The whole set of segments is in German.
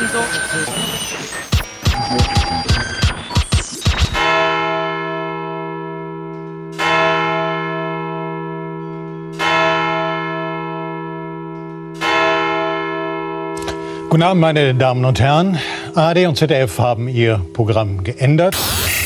richtig so. Guten Abend, meine Damen und Herren. ARD und ZDF haben ihr Programm geändert.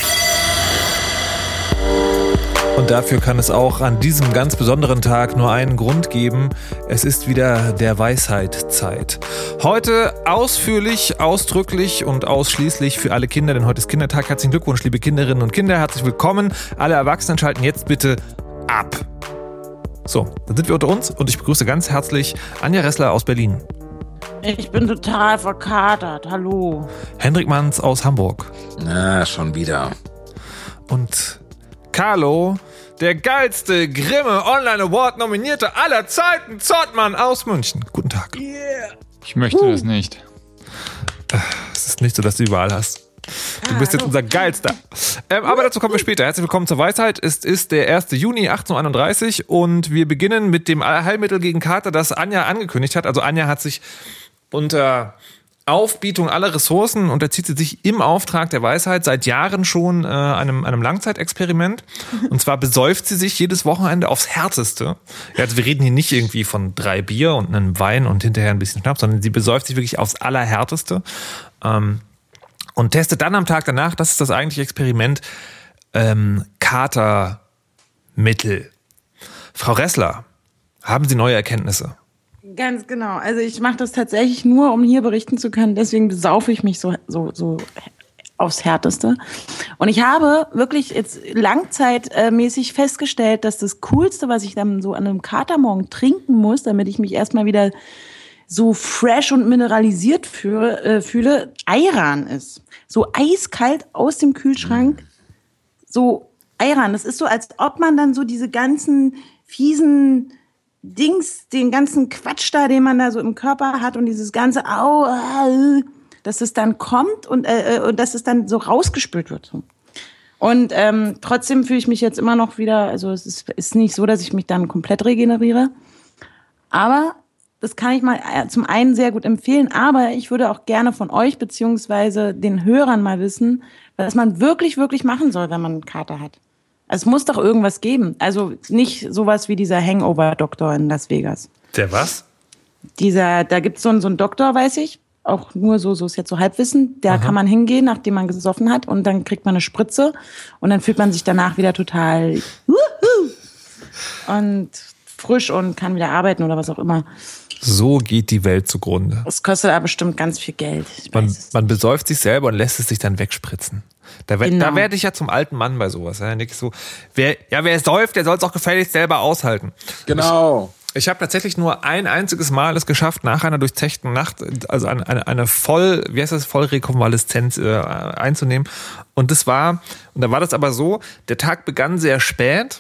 Und dafür kann es auch an diesem ganz besonderen Tag nur einen Grund geben. Es ist wieder der Weisheit-Zeit. Heute ausführlich, ausdrücklich und ausschließlich für alle Kinder, denn heute ist Kindertag. Herzlichen Glückwunsch, liebe Kinderinnen und Kinder. Herzlich willkommen. Alle Erwachsenen schalten jetzt bitte ab. So, dann sind wir unter uns und ich begrüße ganz herzlich Anja Ressler aus Berlin. Ich bin total verkatert. Hallo. Hendrik Manns aus Hamburg. Na, schon wieder. Und Carlo, der geilste Grimme Online Award nominierte aller Zeiten, Zottmann aus München. Guten Tag. Yeah. Ich möchte das nicht. Es ist nicht so, dass du überall hast. Du bist jetzt unser Geilster. Aber dazu kommen wir später. Herzlich willkommen zur Weisheit. Es ist der 1. Juni 18:31 und wir beginnen mit dem Allheilmittel gegen Kater, das Anja angekündigt hat. Also Anja hat sich unter Aufbietung aller Ressourcen unterzieht sie sich im Auftrag der Weisheit seit Jahren schon einem Langzeitexperiment. Und zwar besäuft sie sich jedes Wochenende aufs Härteste. Ja, also wir reden hier nicht irgendwie von 3 Bier und einem Wein und hinterher ein bisschen Schnaps, sondern sie besäuft sich wirklich aufs Allerhärteste. Und testet dann am Tag danach, das ist das eigentliche Experiment, Katermittel. Frau Ressler, haben Sie neue Erkenntnisse? Ganz genau. Also ich mache das tatsächlich nur, um hier berichten zu können. Deswegen besaufe ich mich so aufs Härteste. Und ich habe wirklich jetzt langzeitmäßig festgestellt, dass das Coolste, was ich dann so an einem Katermorgen trinken muss, damit ich mich erstmal wieder so fresh und mineralisiert fühle, Ayran ist. So eiskalt aus dem Kühlschrank. So Ayran. Das ist so, als ob man dann so diese ganzen fiesen Dings, den ganzen Quatsch da, den man da so im Körper hat und dieses ganze dass es dann kommt und dass es dann so rausgespült wird. Und trotzdem fühle ich mich jetzt immer noch wieder, also es ist nicht so, dass ich mich dann komplett regeneriere. Aber das kann ich mal zum einen sehr gut empfehlen, aber ich würde auch gerne von euch beziehungsweise den Hörern mal wissen, was man wirklich, wirklich machen soll, wenn man einen Kater hat. Also es muss doch irgendwas geben. Also nicht sowas wie dieser Hangover-Doktor in Las Vegas. Der was? Da gibt's so einen Doktor, weiß ich, auch nur so ist jetzt so Halbwissen. Da kann man hingehen, nachdem man gesoffen hat und dann kriegt man eine Spritze und dann fühlt man sich danach wieder total und frisch und kann wieder arbeiten oder was auch immer. So geht die Welt zugrunde. Es kostet aber bestimmt ganz viel Geld. Man besäuft sich selber und lässt es sich dann wegspritzen. Da werde ich ja zum alten Mann bei sowas. Ja, nicht so, wer säuft, der soll es auch gefälligst selber aushalten. Genau. Ich habe tatsächlich nur ein einziges Mal es geschafft, nach einer durchzechten Nacht, also eine Vollrekonvaleszenz einzunehmen. Und da war das aber so, der Tag begann sehr spät.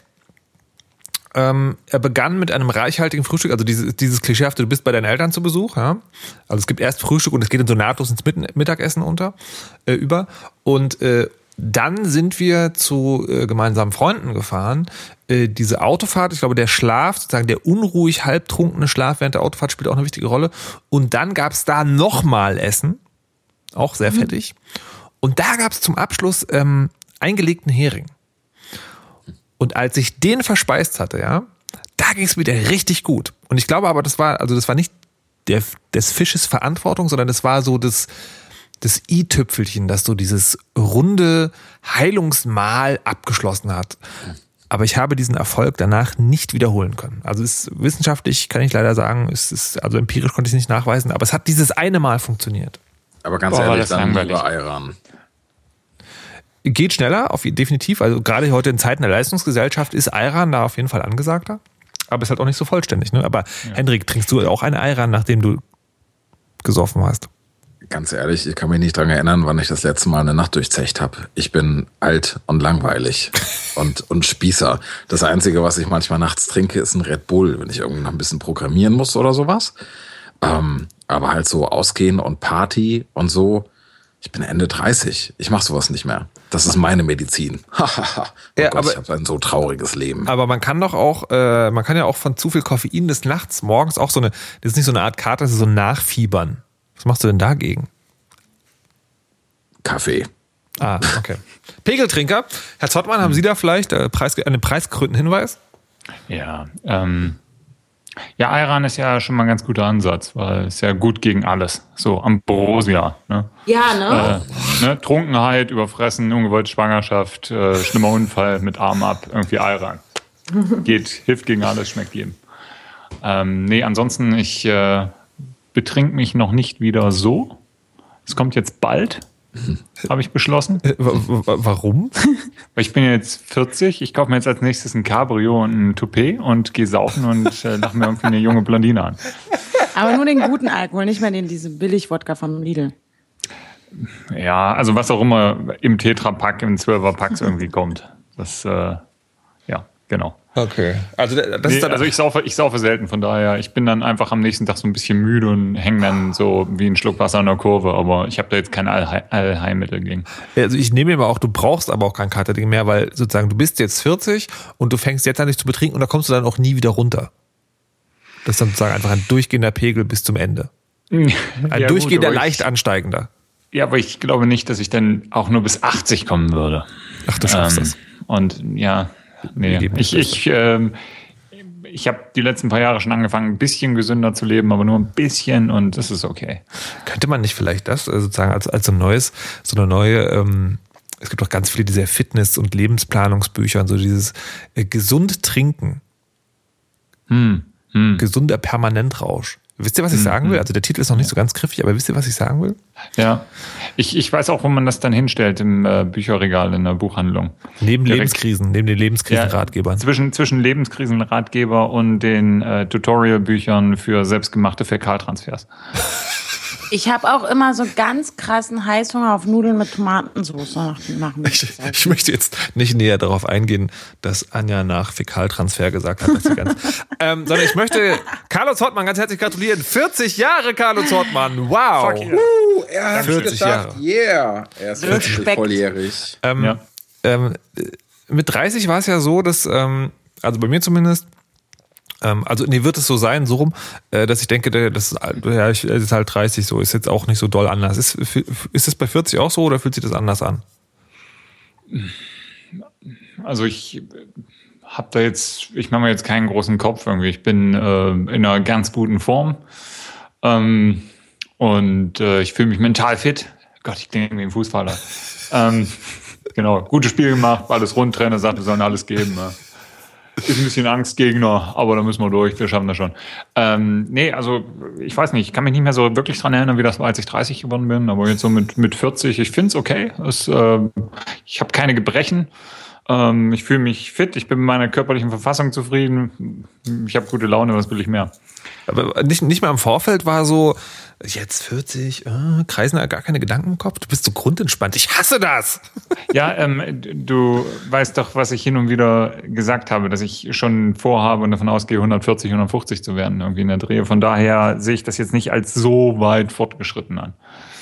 Er begann mit einem reichhaltigen Frühstück, also dieses klischeehafte, du bist bei deinen Eltern zu Besuch, ja. Also es gibt erst Frühstück und es geht dann so nahtlos ins Mittagessen über. Und dann sind wir zu gemeinsamen Freunden gefahren. Diese Autofahrt, ich glaube, der Schlaf, sozusagen der unruhig halbtrunkene Schlaf während der Autofahrt spielt auch eine wichtige Rolle. Und dann gab es da nochmal Essen, auch sehr fettig. Und da gab es zum Abschluss eingelegten Hering. Und als ich den verspeist hatte, ja, da ging es mir richtig gut. Und ich glaube aber, das war nicht des Fisches Verantwortung, sondern das war so das i-Tüpfelchen, das so dieses runde Heilungsmahl abgeschlossen hat. Aber ich habe diesen Erfolg danach nicht wiederholen können. Also wissenschaftlich kann ich leider sagen, also empirisch konnte ich es nicht nachweisen, aber es hat dieses eine Mal funktioniert. Aber ganz ehrlich, dann lieber Ayran. Geht schneller, definitiv. Also gerade heute in Zeiten der Leistungsgesellschaft ist Ayran da auf jeden Fall angesagter. Aber ist halt auch nicht so vollständig. Ne? Aber ja. Hendrik, trinkst du auch einen Ayran, nachdem du gesoffen hast? Ganz ehrlich, ich kann mich nicht dran erinnern, wann ich das letzte Mal eine Nacht durchzecht habe. Ich bin alt und langweilig und Spießer. Das Einzige, was ich manchmal nachts trinke, ist ein Red Bull, wenn ich irgendwie noch ein bisschen programmieren muss oder sowas. Aber halt so ausgehen und Party und so. Ich bin Ende 30. Ich mache sowas nicht mehr. Das ist meine Medizin. Ich habe ein so trauriges Leben. Aber man kann doch auch, man kann ja auch von zu viel Koffein des Nachts morgens auch das ist nicht so eine Art Kater, das ist so ein Nachfiebern. Was machst du denn dagegen? Kaffee. Ah, okay. Pegeltrinker. Herr Zottmann, haben Sie da vielleicht einen preisgekrönten Hinweis? Ja, ja, Ayran ist ja schon mal ein ganz guter Ansatz, weil es ja gut gegen alles. So Ambrosia. Ne? Ja, ne? Trunkenheit, Überfressen, ungewollte Schwangerschaft, schlimmer Unfall mit Arm ab, irgendwie Ayran. Hilft gegen alles, schmeckt jedem. Nee, ansonsten, ich betrink mich noch nicht wieder so. Es kommt jetzt bald, habe ich beschlossen. Warum? Weil ich bin jetzt 40, ich kaufe mir jetzt als nächstes ein Cabrio und ein Toupet und gehe saufen und lache mir irgendwie eine junge Blondine an. Aber nur den guten Alkohol, nicht mehr diese Billig-Wodka vom Lidl. Ja, also was auch immer im Tetra-Pack, im 12er-Packs irgendwie kommt. Das, ja, genau. Okay. Also, ich saufe selten, von daher, ich bin dann einfach am nächsten Tag so ein bisschen müde und hänge dann so wie ein Schluck Wasser an der Kurve, aber ich habe da jetzt kein Allheilmittel gegen. Also ich nehme mir auch, du brauchst aber auch kein Katerding mehr, weil sozusagen du bist jetzt 40 und du fängst jetzt an, dich zu betrinken und da kommst du dann auch nie wieder runter. Das ist dann sozusagen einfach ein durchgehender Pegel bis zum Ende. Ein durchgehender, leicht ansteigender. Ja, aber ich glaube nicht, dass ich dann auch nur bis 80 kommen würde. Ach, du schaffst das. Und ja, nee, ich habe die letzten paar Jahre schon angefangen, ein bisschen gesünder zu leben, aber nur ein bisschen und das ist okay. Könnte man nicht vielleicht das sozusagen als so eine neue, es gibt auch ganz viele dieser Fitness- und Lebensplanungsbücher und so dieses gesund trinken. Gesunder Permanentrausch. Wisst ihr, was ich sagen will? Also der Titel ist noch nicht so ganz griffig, aber wisst ihr, was ich sagen will? Ja, ich weiß auch, wo man das dann hinstellt im Bücherregal in der Buchhandlung. Neben den Lebenskrisenratgebern. Zwischen Lebenskrisenratgeber und den Tutorial-Büchern für selbstgemachte Fäkaltransfers. Ich habe auch immer so ganz krassen Heißhunger auf Nudeln mit Tomatensauce nach dem Ich möchte jetzt nicht näher darauf eingehen, dass Anja nach Fäkaltransfer gesagt hat. Sondern ich möchte Carlo Zottmann ganz herzlich gratulieren. 40 Jahre, Carlo Zottmann. Wow. Er hat 40 Jahre. Yeah. Er ist wirklich volljährig. Mit 30 war es ja so, dass, also bei mir zumindest, wird es so sein, so rum, dass ich denke, das ist halt 30 so, ist jetzt auch nicht so doll anders. Ist es bei 40 auch so oder fühlt sich das anders an? Also ich mache mir jetzt keinen großen Kopf irgendwie. Ich bin in einer ganz guten Form und ich fühle mich mental fit. Gott, ich klinge wie ein Fußballer. Genau, gutes Spiel gemacht, alles rund, Trainer sagt, wir sollen alles geben. Ja. Ist ein bisschen Angstgegner, aber da müssen wir durch, wir schaffen das schon. Nee, also ich weiß nicht, ich kann mich nicht mehr so wirklich dran erinnern, wie das war, als ich 30 geworden bin, aber jetzt so mit 40, ich finde es okay. Ich habe keine Gebrechen, ich fühle mich fit, ich bin mit meiner körperlichen Verfassung zufrieden, ich habe gute Laune, was will ich mehr? Aber nicht mal im Vorfeld war so, jetzt 40, kreisen da gar keine Gedanken im Kopf? Du bist so grundentspannt, ich hasse das! Ja, du weißt doch, was ich hin und wieder gesagt habe, dass ich schon vorhabe und davon ausgehe, 140, 150 zu werden, irgendwie in der Dreh. Von daher sehe ich das jetzt nicht als so weit fortgeschritten an.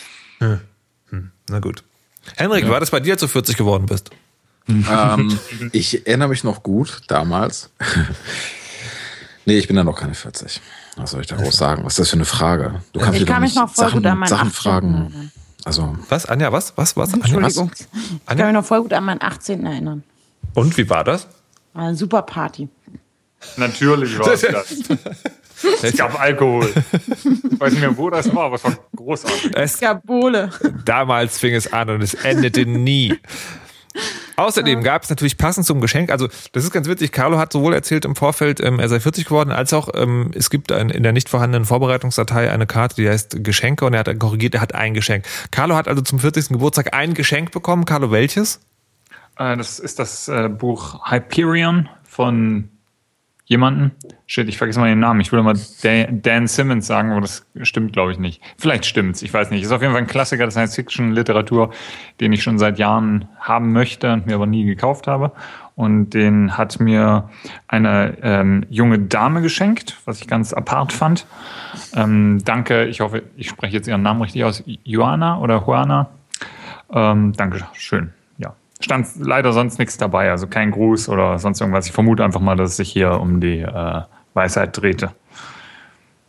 Na gut. Henrik, war das bei dir, als du 40 geworden bist? Ich erinnere mich noch gut, damals. Nee, ich bin ja noch keine 40. Was soll ich daraus sagen? Was ist das für eine Frage? Du kannst ich kann mich noch voll gut an meinen Sachen 18. fragen. Also. Was, Anja, was? Entschuldigung. Ich kann mich noch voll gut an meinen 18. erinnern. Und, wie war das? War eine super Party. Natürlich war es das. Es gab Alkohol. Ich weiß nicht mehr, wo das war, aber es war großartig. Es gab Bowle. Damals fing es an und es endete nie. Außerdem gab es natürlich passend zum Geschenk, also das ist ganz witzig, Carlo hat sowohl erzählt im Vorfeld, er sei 40 geworden, als auch es gibt in der nicht vorhandenen Vorbereitungsdatei eine Karte, die heißt Geschenke und er hat korrigiert, er hat ein Geschenk. Carlo hat also zum 40. Geburtstag ein Geschenk bekommen. Carlo, welches? Das ist das Buch Hyperion von jemanden. Shit, ich vergesse mal den Namen. Ich würde mal Dan Simmons sagen, aber das stimmt, glaube ich, nicht. Vielleicht stimmt's, ich weiß nicht. Ist auf jeden Fall ein Klassiker der Science-Fiction-Literatur, den ich schon seit Jahren haben möchte und mir aber nie gekauft habe. Und den hat mir eine junge Dame geschenkt, was ich ganz apart fand. Danke, ich hoffe, ich spreche jetzt ihren Namen richtig aus. Juana oder Juana. Danke schön. Stand leider sonst nichts dabei, also kein Gruß oder sonst irgendwas. Ich vermute einfach mal, dass es sich hier um die Weisheit drehte.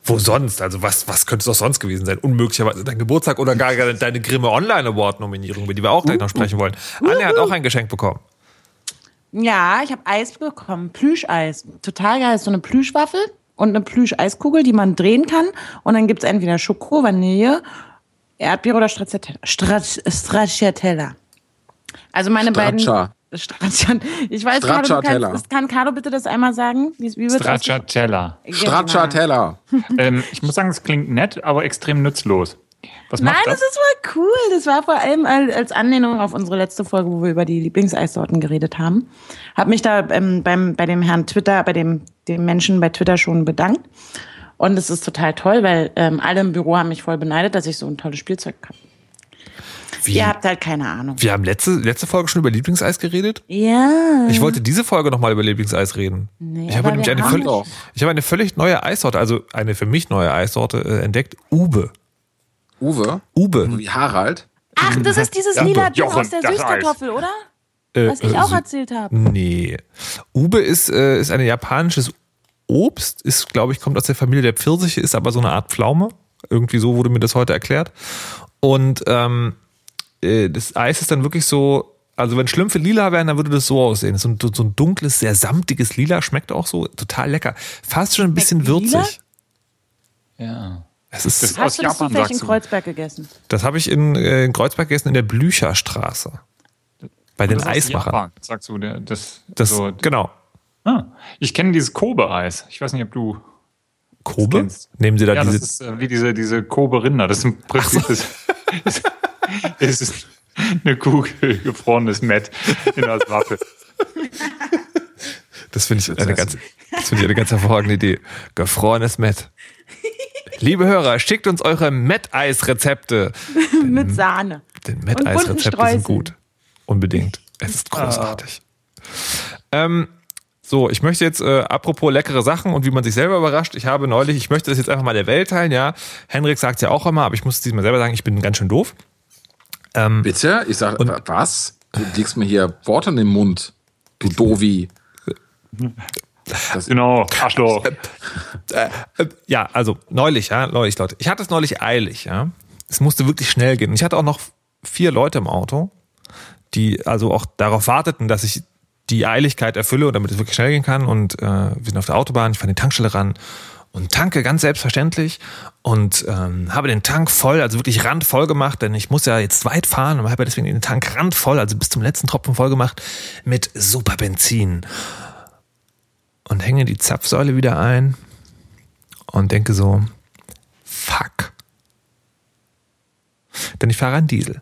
Wo sonst? Also was könnte es doch sonst gewesen sein? Unmöglicherweise dein Geburtstag oder gar deine Grimme Online Award Nominierung, über die wir auch gleich noch sprechen wollen. Anja hat auch ein Geschenk bekommen. Ja, ich habe Eis bekommen, Plüscheis. Total geil, so eine Plüschwaffel und eine Plüscheiskugel, die man drehen kann. Und dann gibt's entweder Schoko, Vanille, Erdbeere oder Stracciatella. Also meine beiden... Ich weiß Carlo, kann Carlo bitte das einmal sagen? Wie wird Stracciatella. Stracciatella. Ich muss sagen, es klingt nett, aber extrem nutzlos. Was macht das ist voll cool. Das war vor allem als Anlehnung auf unsere letzte Folge, wo wir über die Lieblingseissorten geredet haben. Hab mich da bei dem Herrn Twitter, bei dem Menschen bei Twitter schon bedankt. Und es ist total toll, weil alle im Büro haben mich voll beneidet, dass ich so ein tolles Spielzeug habe. Ihr habt halt keine Ahnung. Wir haben letzte Folge schon über Lieblingseis geredet? Ja. Ich wollte diese Folge nochmal über Lieblingseis reden. Nee, ich habe nämlich eine völlig neue Eissorte, also eine für mich neue Eissorte entdeckt. Ube. Uwe? Ube. Wie Harald? Ach, das ist dieses lila Ding aus der Süßkartoffel, oder? Was ich auch erzählt habe. Nee. Ube ist ein japanisches Obst, ist, glaube ich, kommt aus der Familie der Pfirsiche, ist aber so eine Art Pflaume. Irgendwie so wurde mir das heute erklärt. Und das Eis ist dann wirklich so, also wenn Schlümpfe lila wären, dann würde das so aussehen. So ein dunkles, sehr samtiges Lila, schmeckt auch so total lecker. Fast schon ein bisschen würzig. Ja. Hast du das zufällig in Kreuzberg gegessen? Das habe ich in Kreuzberg gegessen, in der Blücherstraße. Bei den Eismachern. Japan, sagst du, genau. Ich kenne dieses Kobe-Eis. Ich weiß nicht, ob du Kobe? kennst. Nehmen Sie da das ist wie diese Kobe-Rinder. Das ist im Prinzip es ist eine Kugel gefrorenes Mett in der Waffel. Das finde ich eine ganz hervorragende Idee. Gefrorenes Mett. Liebe Hörer, schickt uns eure Metteis-Rezepte. Mit Sahne. Denn Metteis-Rezepte sind gut. Unbedingt. Es ist großartig. So, ich möchte jetzt, apropos leckere Sachen und wie man sich selber überrascht, ich möchte das jetzt einfach mal der Welt teilen, ja. Henrik sagt es ja auch immer, aber ich muss es diesmal selber sagen, ich bin ganz schön doof. Bitte? Ich sage, was? Du legst mir hier Worte in den Mund, du Dovi. Genau, Arschloch. Ja, also neulich, Leute. Ich hatte es neulich eilig, ja. Es musste wirklich schnell gehen. Und ich hatte auch noch 4 Leute im Auto, die also auch darauf warteten, dass ich die Eiligkeit erfülle und damit es wirklich schnell gehen kann. Und wir sind auf der Autobahn, ich fahre die Tankstelle ran und tanke ganz selbstverständlich und habe den Tank voll, also wirklich randvoll gemacht, denn ich muss ja jetzt weit fahren und habe deswegen den Tank randvoll, also bis zum letzten Tropfen voll gemacht mit Superbenzin. Und hänge die Zapfsäule wieder ein und denke so, fuck. Denn ich fahre einen Diesel.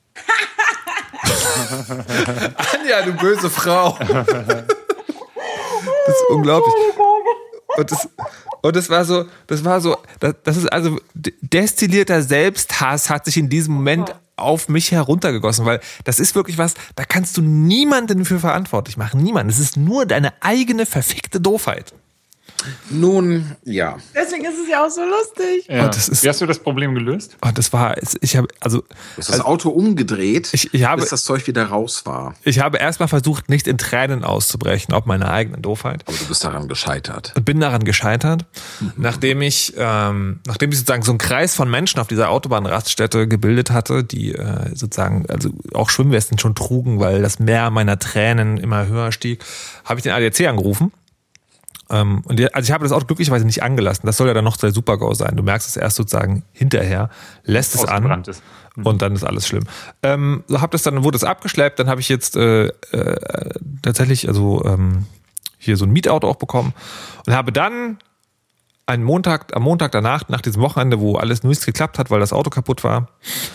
Anja, du böse Frau. Das ist unglaublich. Und das ist also destillierter Selbsthass hat sich in diesem Moment auf mich heruntergegossen, weil das ist wirklich was, da kannst du niemanden für verantwortlich machen. Niemand. Es ist nur deine eigene verfickte Doofheit. Nun, ja. Deswegen ist es ja auch so lustig. Ja. Wie hast du das Problem gelöst? Du hast das Auto umgedreht, bis das Zeug wieder raus war. Ich habe erstmal versucht, nicht in Tränen auszubrechen, ob meiner eigenen Doofheit. Aber du bist daran gescheitert. Und bin daran gescheitert, nachdem ich sozusagen so einen Kreis von Menschen auf dieser Autobahnraststätte gebildet hatte, die sozusagen also auch Schwimmwesten schon trugen, weil das Meer meiner Tränen immer höher stieg, habe ich den ADAC angerufen. Und ich habe das Auto glücklicherweise nicht angelassen. Das soll ja dann noch der Super-GO sein. Du merkst es erst sozusagen hinterher, lässt es an und dann ist alles schlimm. Wurde es abgeschleppt, dann habe ich jetzt tatsächlich hier so ein Mietauto auch bekommen und habe dann am Montag danach, nach diesem Wochenende, wo alles nur nichts geklappt hat, weil das Auto kaputt war,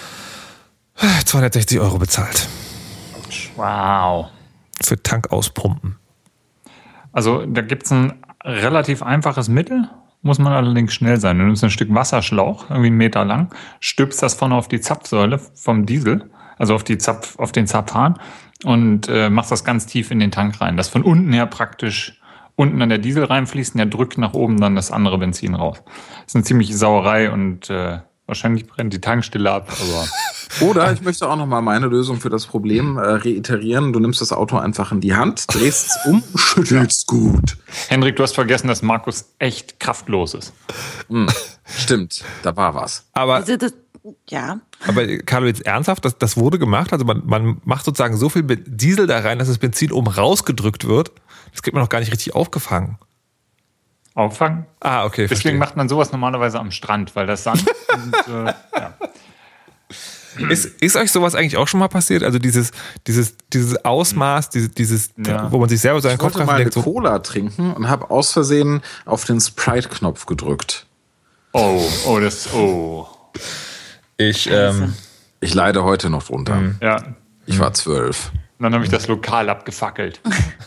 260 € bezahlt. Wow. Für Tank auspumpen. Also da gibt es ein relativ einfaches Mittel, muss man allerdings schnell sein. Du nimmst ein Stück Wasserschlauch, irgendwie 1 Meter lang, stülpst das vorne auf die Zapfsäule vom Diesel, also auf den Zapfhahn und machst das ganz tief in den Tank rein, dass von unten her praktisch unten an der Diesel reinfließt und der drückt nach oben dann das andere Benzin raus. Das ist eine ziemliche Sauerei und wahrscheinlich brennt die Tankstelle ab, aber Oder ich möchte auch nochmal meine Lösung für das Problem reiterieren. Du nimmst das Auto einfach in die Hand, drehst es um, schüttelst gut. Henrik, du hast vergessen, dass Markus echt kraftlos ist. Stimmt, da war was. Aber Ja. Aber Carlo, jetzt ernsthaft, das wurde gemacht? Also man macht sozusagen so viel Diesel da rein, dass das Benzin oben rausgedrückt wird. Das kriegt man noch gar nicht richtig aufgefangen. Auffangen? Ah, okay, Deswegen verstehe. macht man sowas normalerweise am Strand, weil das Sand und ja. Ist euch sowas eigentlich auch schon mal passiert? Also dieses Ausmaß, Ja. wo man sich selber so einen Ich Kopf wollte greift mal und eine denkt so, Cola trinken und habe aus Versehen auf den Sprite-Knopf gedrückt. ich, Ich leide heute noch drunter. Ja. Ich war 12. Und dann habe ich das Lokal abgefackelt.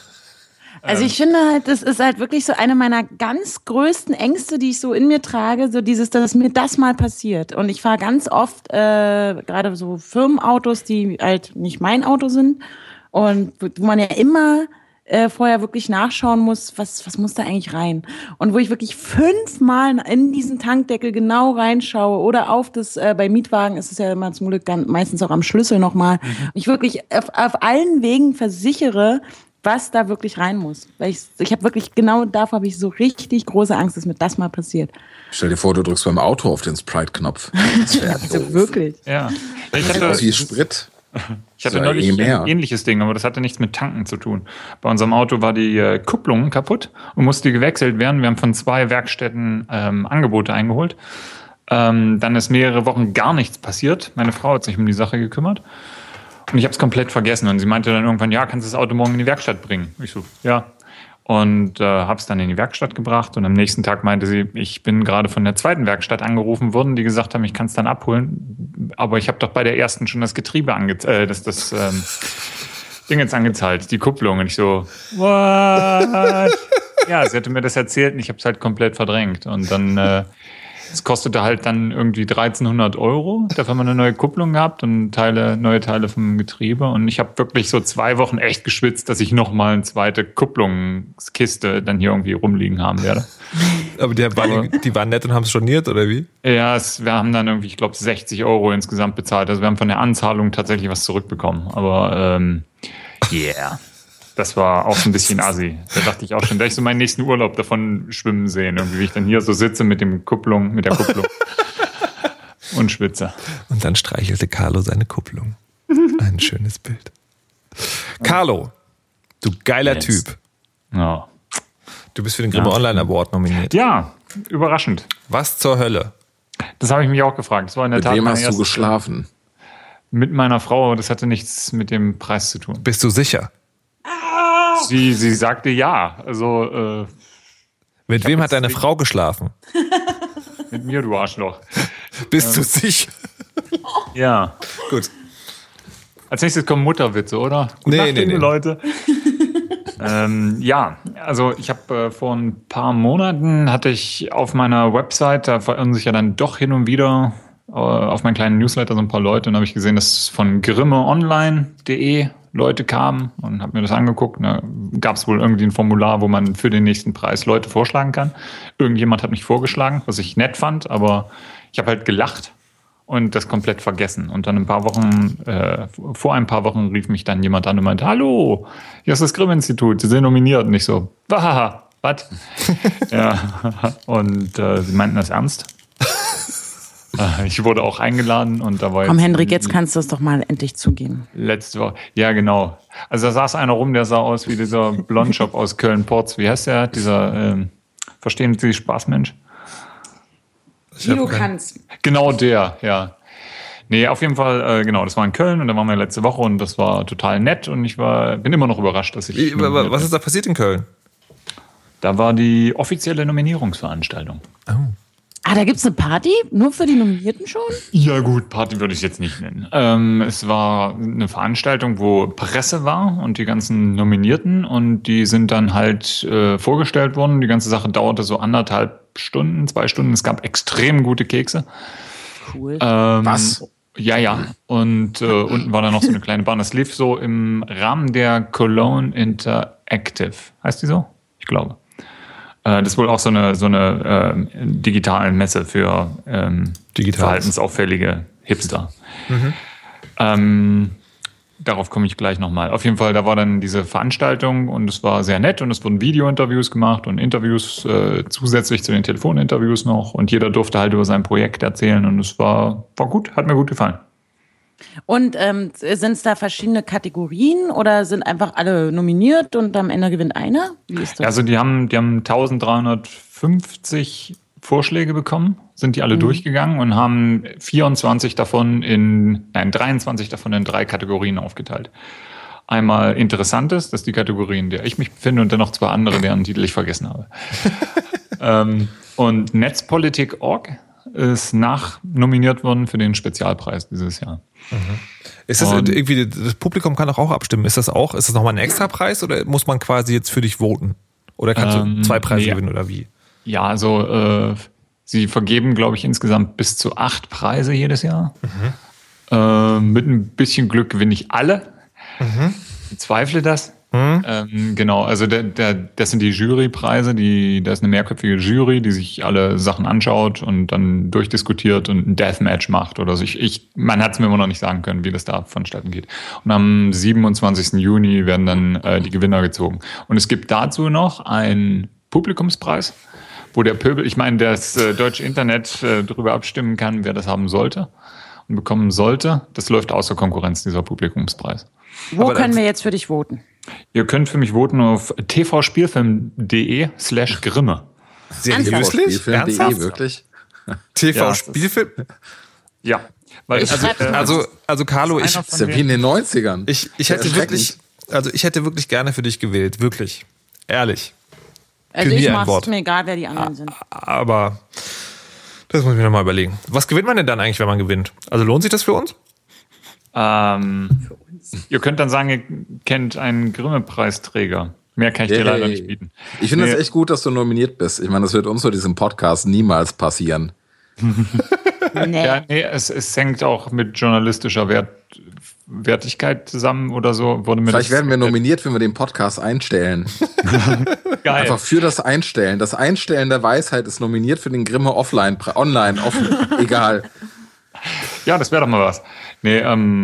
Also ich finde halt, das ist halt wirklich so eine meiner ganz größten Ängste, die ich so in mir trage, so dieses, dass mir das mal passiert. Und ich fahre ganz oft gerade so Firmenautos, die halt nicht mein Auto sind und wo man ja immer vorher wirklich nachschauen muss, was muss da eigentlich rein? Und wo ich wirklich 5-mal in diesen Tankdeckel genau reinschaue oder auf das, bei Mietwagen ist es ja immer zum Glück meistens auch am Schlüssel nochmal. Ich wirklich auf allen Wegen versichere, was da wirklich rein muss. Weil ich habe wirklich, genau davor habe ich so richtig große Angst, dass mir das mal passiert. Stell dir vor, du drückst beim Auto auf den Sprite-Knopf. Das wäre Also doof. wirklich. Ja. Ich Das hatte, wie Sprit. ich hatte Ja, neulich mehr. ein ähnliches Ding, aber das hatte nichts mit Tanken zu tun. Bei unserem Auto war die Kupplung kaputt und musste gewechselt werden. Wir haben von 2 Werkstätten Angebote eingeholt. Dann ist mehrere Wochen gar nichts passiert. Meine Frau hat sich um die Sache gekümmert. Und ich habe es komplett vergessen. Und sie meinte dann irgendwann, ja, kannst du das Auto morgen in die Werkstatt bringen? Ich so, ja. Und habe es dann in die Werkstatt gebracht. Und am nächsten Tag meinte sie, ich bin gerade von der 2. Werkstatt angerufen worden, die gesagt haben, ich kann es dann abholen. Aber ich habe doch bei der ersten schon das Getriebe das Ding jetzt angezahlt, die Kupplung. Und ich so, what? Ja, sie hatte mir das erzählt und ich habe es halt komplett verdrängt. Und dann... Es kostete halt dann irgendwie 1.300 €. Dafür haben wir eine neue Kupplung gehabt und neue Teile vom Getriebe. Und ich habe wirklich so 2 Wochen echt geschwitzt, dass ich nochmal eine zweite Kupplungskiste dann hier irgendwie rumliegen haben werde. aber die waren nett und haben es storniert, oder wie? Ja, wir haben dann irgendwie, ich glaube, 60 € insgesamt bezahlt. Also wir haben von der Anzahlung tatsächlich was zurückbekommen. Aber yeah. Das war auch ein bisschen assi. Da dachte ich auch schon, da ich so meinen nächsten Urlaub davon schwimmen sehen, irgendwie, wie ich dann hier so sitze mit der Kupplung und schwitze. Und dann streichelte Carlo seine Kupplung. Ein schönes Bild. Carlo, du geiler Typ. Ja. Du bist für den Grimme Online Award nominiert. Ja, überraschend. Was zur Hölle? Das habe ich mich auch gefragt. Das war in der Mit Tat wem meine hast du erste- geschlafen? Mit meiner Frau. Das hatte nichts mit dem Preis zu tun. Bist du sicher? Sie sagte ja. Also Mit wem hat deine Frau geschlafen? mit mir, du Arschloch. Bist du sicher? Ja. Gut. Als nächstes kommen Mutterwitze, oder? Gute Nacht, liebe Leute. Ja, also ich habe vor ein paar Monaten hatte ich auf meiner Website, da verirren sich ja dann doch hin und wieder auf meinen kleinen Newsletter so ein paar Leute und habe ich gesehen, dass von grimmeonline.de Leute kamen und habe mir das angeguckt. Da gab es wohl irgendwie ein Formular, wo man für den nächsten Preis Leute vorschlagen kann. Irgendjemand hat mich vorgeschlagen, was ich nett fand, aber ich habe halt gelacht und das komplett vergessen. Und dann vor ein paar Wochen rief mich dann jemand an und meinte, hallo, hier ist das Grimm-Institut, Sie sind nominiert. Und ich so, was? Ja, und sie meinten das ernst. Ich wurde auch eingeladen und da war Komm, Hendrik, jetzt kannst du es doch mal endlich zugeben. letzte Woche. Ja, genau. Also da saß einer rum, der sah aus wie dieser Blondshop aus Köln-Porz. Wie heißt der? Dieser, verstehen Sie, Spaßmensch? Wie du kannst. Genau der, ja. Nee, auf jeden Fall, genau, das war in Köln und da waren wir letzte Woche und das war total nett und bin immer noch überrascht, dass ich... Was ist da passiert in Köln? Da war die offizielle Nominierungsveranstaltung. Ah, da gibt's eine Party? Nur für die Nominierten schon? Ja gut, Party würde ich jetzt nicht nennen. Es war eine Veranstaltung, wo Presse war und die ganzen Nominierten und die sind dann halt vorgestellt worden. Die ganze Sache dauerte so 1,5 Stunden, 2 Stunden. Es gab extrem gute Kekse. Cool. Was? Ja. Und unten war dann noch so eine kleine Bahn. Das lief so im Rahmen der Cologne Interactive. Heißt die so? Ich glaube. Das ist wohl auch so eine digitale Messe für verhaltensauffällige Hipster. Darauf komme ich gleich nochmal. Auf jeden Fall, da war dann diese Veranstaltung und es war sehr nett und es wurden Video-Interviews gemacht und Interviews zusätzlich zu den Telefoninterviews noch und jeder durfte halt über sein Projekt erzählen und es war gut, hat mir gut gefallen. Und sind es da verschiedene Kategorien oder sind einfach alle nominiert und am Ende gewinnt einer? Wie ist das? Also die haben 1350 Vorschläge bekommen, sind die alle durchgegangen und haben 23 davon in 3 Kategorien aufgeteilt. Einmal Interessantes, das ist die Kategorie, in der ich mich befinde, und dann noch 2 andere, deren Titel ich vergessen habe. Und Netzpolitik.org ist nominiert worden für den Spezialpreis dieses Jahr. Ist das irgendwie, das Publikum kann doch auch abstimmen. Ist das nochmal ein Extrapreis oder muss man quasi jetzt für dich voten? Oder kannst du 2 Preise gewinnen oder wie? Ja, also sie vergeben, glaube ich, insgesamt bis zu 8 Preise jedes Jahr. Mit ein bisschen Glück gewinne ich alle. Ich bezweifle das. Genau, also das sind die Jurypreise, da ist eine mehrköpfige Jury, die sich alle Sachen anschaut und dann durchdiskutiert und ein Deathmatch macht oder so. Man hat es mir immer noch nicht sagen können, wie das da vonstatten geht. Und am 27. Juni werden dann die Gewinner gezogen. Und es gibt dazu noch einen Publikumspreis, wo der Pöbel, ich meine, das deutsche Internet darüber abstimmen kann, wer das haben sollte und bekommen sollte. Das läuft außer Konkurrenz, dieser Publikumspreis. Wo können wir jetzt für dich voten? Ihr könnt für mich voten auf tvspielfilm.de/Grimme. Seriöslich? tvspielfilm.de, wirklich? TV-Spielfilm? Ja. Weil Also Carlo, Das ist ja wie in den 90ern. ich hätte wirklich gerne für dich gewählt. Wirklich. Ehrlich. Also ich Pionier ein mache Wort. es mir egal, wer die anderen sind. Aber das muss ich mir nochmal überlegen. Was gewinnt man denn dann eigentlich, wenn man gewinnt? Also lohnt sich das für uns? Ihr könnt dann sagen, ihr kennt einen Grimme-Preisträger. Mehr kann ich dir leider nicht bieten. Ich finde es echt gut, dass du nominiert bist. Ich meine, das wird uns bei diesem Podcast niemals passieren. Nee. Ja, es hängt auch mit journalistischer Wertigkeit zusammen oder so. Vielleicht werden wir nominiert, wenn wir den Podcast einstellen. Geil. Einfach für das Einstellen. Das Einstellen der Weisheit ist nominiert für den Grimme online, egal. Ja, das wäre doch mal was. Nee,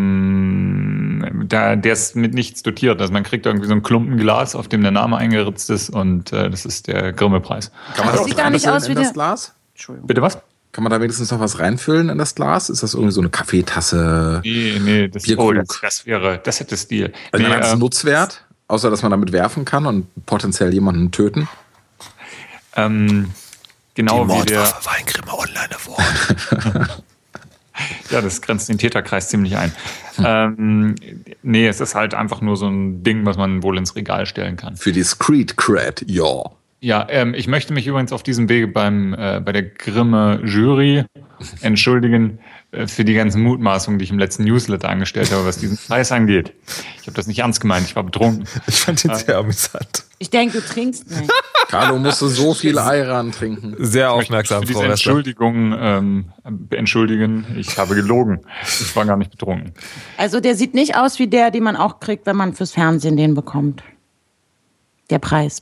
der ist mit nichts dotiert. Also man kriegt irgendwie so einen Klumpen Glas, auf dem der Name eingeritzt ist und das ist der Grimme-Preis. Kann man Das sieht gar nicht aus wie das der... Glas? Entschuldigung. Bitte was? Kann man da wenigstens noch was reinfüllen in das Glas? Ist das irgendwie so eine Kaffeetasse? Nee, das Bierkrug? das hätte Stil. Also hat es Nutzwert, außer dass man damit werfen kann und potenziell jemanden töten? Genau wie der... war ein Grimme Online Award. Ja, das grenzt den Täterkreis ziemlich ein. Nee, es ist halt einfach nur so ein Ding, was man wohl ins Regal stellen kann. Für die Street Cred, ja. Ja, ich möchte mich übrigens auf diesem Wege bei der Grimme Jury entschuldigen für die ganzen Mutmaßungen, die ich im letzten Newsletter angestellt habe, was diesen Preis angeht. Ich habe das nicht ernst gemeint, ich war betrunken. Ich fand den sehr amüsant. Ich denke, du trinkst nicht. Carlo musste so viel Ayran trinken. Sehr aufmerksam, für diese Frau Ressler. Entschuldigung entschuldigen, ich habe gelogen. Ich war gar nicht betrunken. Also der sieht nicht aus wie der, den man auch kriegt, wenn man fürs Fernsehen den bekommt. Der Preis.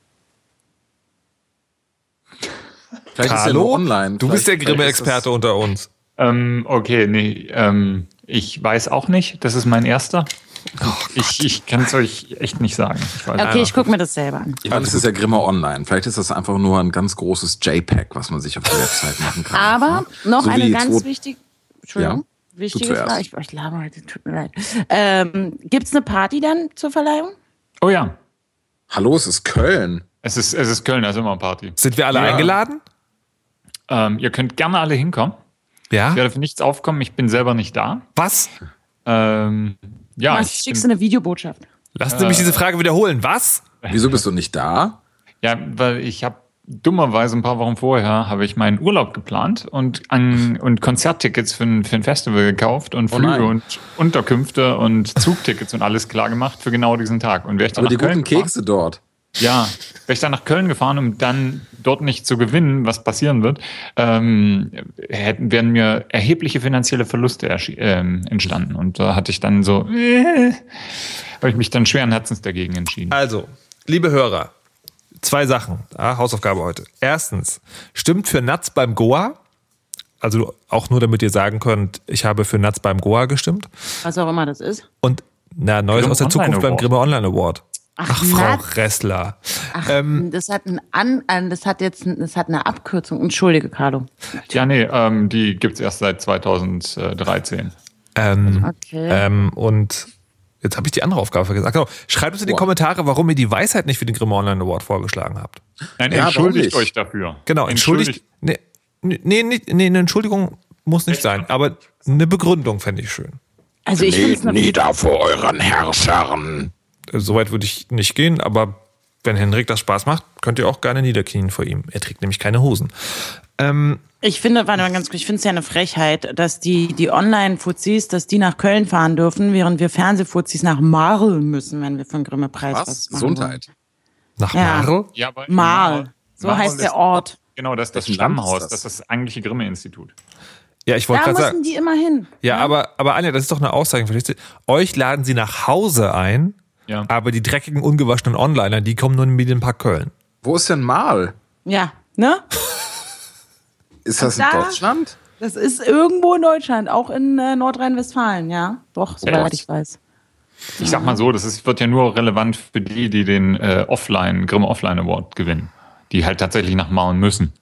Vielleicht ist er Carlo, nur online. du bist der Vielleicht Grimme-Experte unter uns. Okay, nee, ich weiß auch nicht. Das ist mein erster. Ich kann es euch echt nicht sagen. Ich weiß Okay, ich gucke mir das selber an. Ich meine, es ist ja Grimme Online. Vielleicht ist das einfach nur ein ganz großes JPEG, was man sich auf der Website machen kann. Aber noch So eine wie ganz wichtige, Entschuldigung, Ja, wichtige du zuerst. Frage. Ich laber heute, tut mir leid. Gibt es eine Party dann zur Verleihung? Oh ja, Hallo, es ist Köln. es ist Köln, also immer Party. Sind wir alle Ja. eingeladen? Ihr könnt gerne alle hinkommen. Ja. Ich werde für nichts aufkommen, ich bin selber nicht da. Was? Ja, Was schickst du eine Videobotschaft? Lassen Sie mich diese Frage wiederholen. Was? Wieso bist du nicht da? Ja, weil ich habe dummerweise ein paar Wochen vorher habe ich meinen Urlaub geplant und Konzerttickets für ein Festival gekauft und Flüge nein. und Unterkünfte und Zugtickets und alles klar gemamt für genau diesen Tag. Und wäre ich dann Aber die nach Köln guten Kekse dort. Ja, wäre ich dann nach Köln gefahren, um dann dort nicht zu gewinnen, was passieren wird, wären mir erhebliche finanzielle Verluste entstanden. Und da hatte ich dann so, habe ich mich dann schweren Herzens dagegen entschieden. Also, liebe Hörer, 2 Sachen. Hausaufgabe heute. Erstens, stimmt für Nuts beim Goa. also auch nur damit ihr sagen könnt, ich habe für Nuts beim Goa gestimmt. Was auch immer das ist. Und Neues Grimme aus der Zukunft beim Grimme Online Award. Ach, Frau Ressler. Das hat eine Abkürzung. Entschuldige, Carlo. Ja, nee, die gibt's erst seit 2013. Okay. Und jetzt habe ich die andere Aufgabe vergessen. Genau. Schreibt uns in die Kommentare, warum ihr die Weisheit nicht für den Grimme Online Award vorgeschlagen habt. Nein, Ja, entschuldigt euch dafür. Genau, entschuldigt. Nee, eine Entschuldigung muss nicht sein, aber eine Begründung fände ich schön. Also ich finde es nieder vor euren Herrschern. Soweit würde ich nicht gehen, aber wenn Henrik das Spaß macht, könnt ihr auch gerne niederknien vor ihm. Er trägt nämlich keine Hosen. Ich finde, warte mal ganz kurz, ich finde es ja eine Frechheit, dass die Online-Fuzis, dass die nach Köln fahren dürfen, während wir Fernsehfuzis nach Marl müssen, wenn wir für den Grimme-Preis was machen Gesundheit. Nach Ja. Marl? Ja, aber Marl. So Marl heißt ist- der Ort. Genau, das ist das Welches Land Stammhaus, ist das? das ist das eigentliche Grimme-Institut. Ja, ich wollte Da gerade müssen sagen. die immer hin. Ja, aber Anja, das ist doch eine Aussage, verstehst du? Euch laden sie nach Hause ein, Ja. aber die dreckigen, ungewaschenen Onliner, die kommen nur in den Medienpark Köln. Wo ist denn Marl? Ja, ne? Ist das in Da- Deutschland? Das ist irgendwo in Deutschland, auch in Nordrhein-Westfalen, ja. Doch, soweit ich weiß. Ich sag mal so, wird ja nur relevant für die den Grimme Offline Award gewinnen, die halt tatsächlich nach Marl müssen.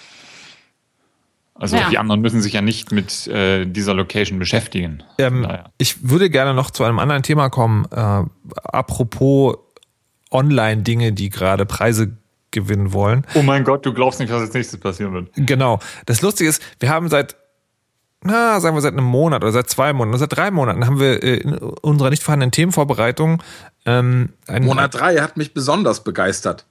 Also Ja. die anderen müssen sich ja nicht mit dieser Location beschäftigen. Naja. Ich würde gerne noch zu einem anderen Thema kommen. Apropos Online-Dinge, die gerade Preise gewinnen wollen. Oh mein Gott, du glaubst nicht, was als nächstes passieren wird. Genau. Das Lustige ist, wir haben seit einem Monat oder seit 2 Monaten oder seit 3 Monaten haben wir in unserer nicht vorhandenen Themenvorbereitung Monat 3 hat mich besonders begeistert.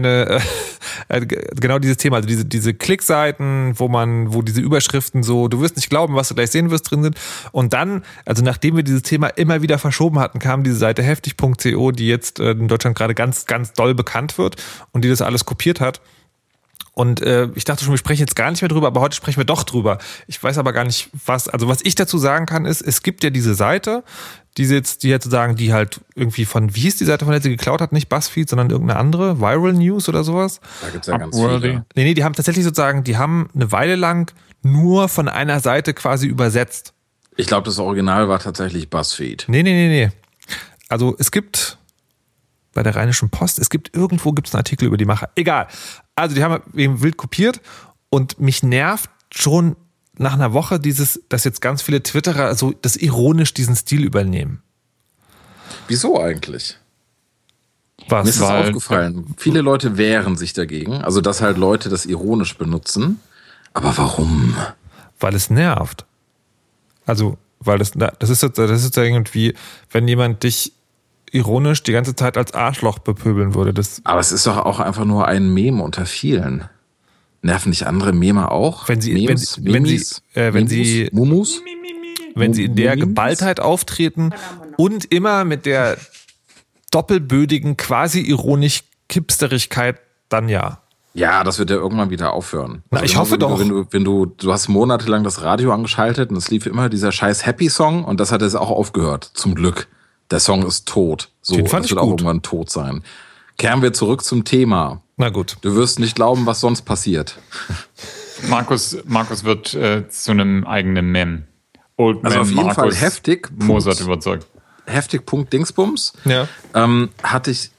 genau dieses Thema, also diese Klickseiten, wo diese Überschriften so, du wirst nicht glauben, was du gleich sehen wirst, drin sind. Und dann, also nachdem wir dieses Thema immer wieder verschoben hatten, kam diese Seite heftig.co, die jetzt in Deutschland gerade ganz, ganz doll bekannt wird und die das alles kopiert hat. Und ich dachte schon, wir sprechen jetzt gar nicht mehr drüber, aber heute sprechen wir doch drüber. Ich weiß aber gar nicht, was ich dazu sagen kann, ist, es gibt ja diese Seite, die halt irgendwie von, wie hieß die Seite, von der sie geklaut hat, nicht BuzzFeed, sondern irgendeine andere, Viral News oder sowas. Da gibt es ja ganz Upworthy. viele. Nee, die haben tatsächlich die haben eine Weile lang nur von einer Seite quasi übersetzt. Ich glaube, das Original war tatsächlich BuzzFeed. Nee. Also es gibt bei der Rheinischen Post, irgendwo gibt's einen Artikel über die Macher. Egal. Also die haben eben wild kopiert und mich nervt schon nach einer Woche dass jetzt ganz viele Twitterer so das ironisch diesen Stil übernehmen. Wieso eigentlich? Was? Mir ist das Weil- aufgefallen. Viele Leute wehren sich dagegen. Also, dass halt Leute das ironisch benutzen. Aber warum? Weil es nervt. Also, weil das ist jetzt irgendwie, wenn jemand dich ironisch die ganze Zeit als Arschloch bepöbeln würde. Aber es ist doch auch einfach nur ein Meme unter vielen. Nerven nicht andere Meme auch? Wenn sie- Memes, wenn sie- Memes, wenn sie- Mumus? Wenn sie in der Memes? Geballtheit auftreten und immer mit der doppelbödigen, quasi ironisch Kipsterigkeit, dann ja. Ja, das wird ja irgendwann wieder aufhören. Na, ich hoffe genauso wie doch. Wenn du hast monatelang das Radio angeschaltet und es lief immer dieser scheiß Happy-Song und das hat jetzt auch aufgehört. Zum Glück. Der Song ist tot. So, Den fand das ich wird auch gut. irgendwann tot sein. Kehren wir zurück zum Thema. Na gut. Du wirst nicht glauben, was sonst passiert. Markus wird zu einem eigenen Mem. Old Also Man auf jeden Markus Fall heftig. Mozart überzeugt. Heftig Punkt Dingsbums. Ja. Hatte ich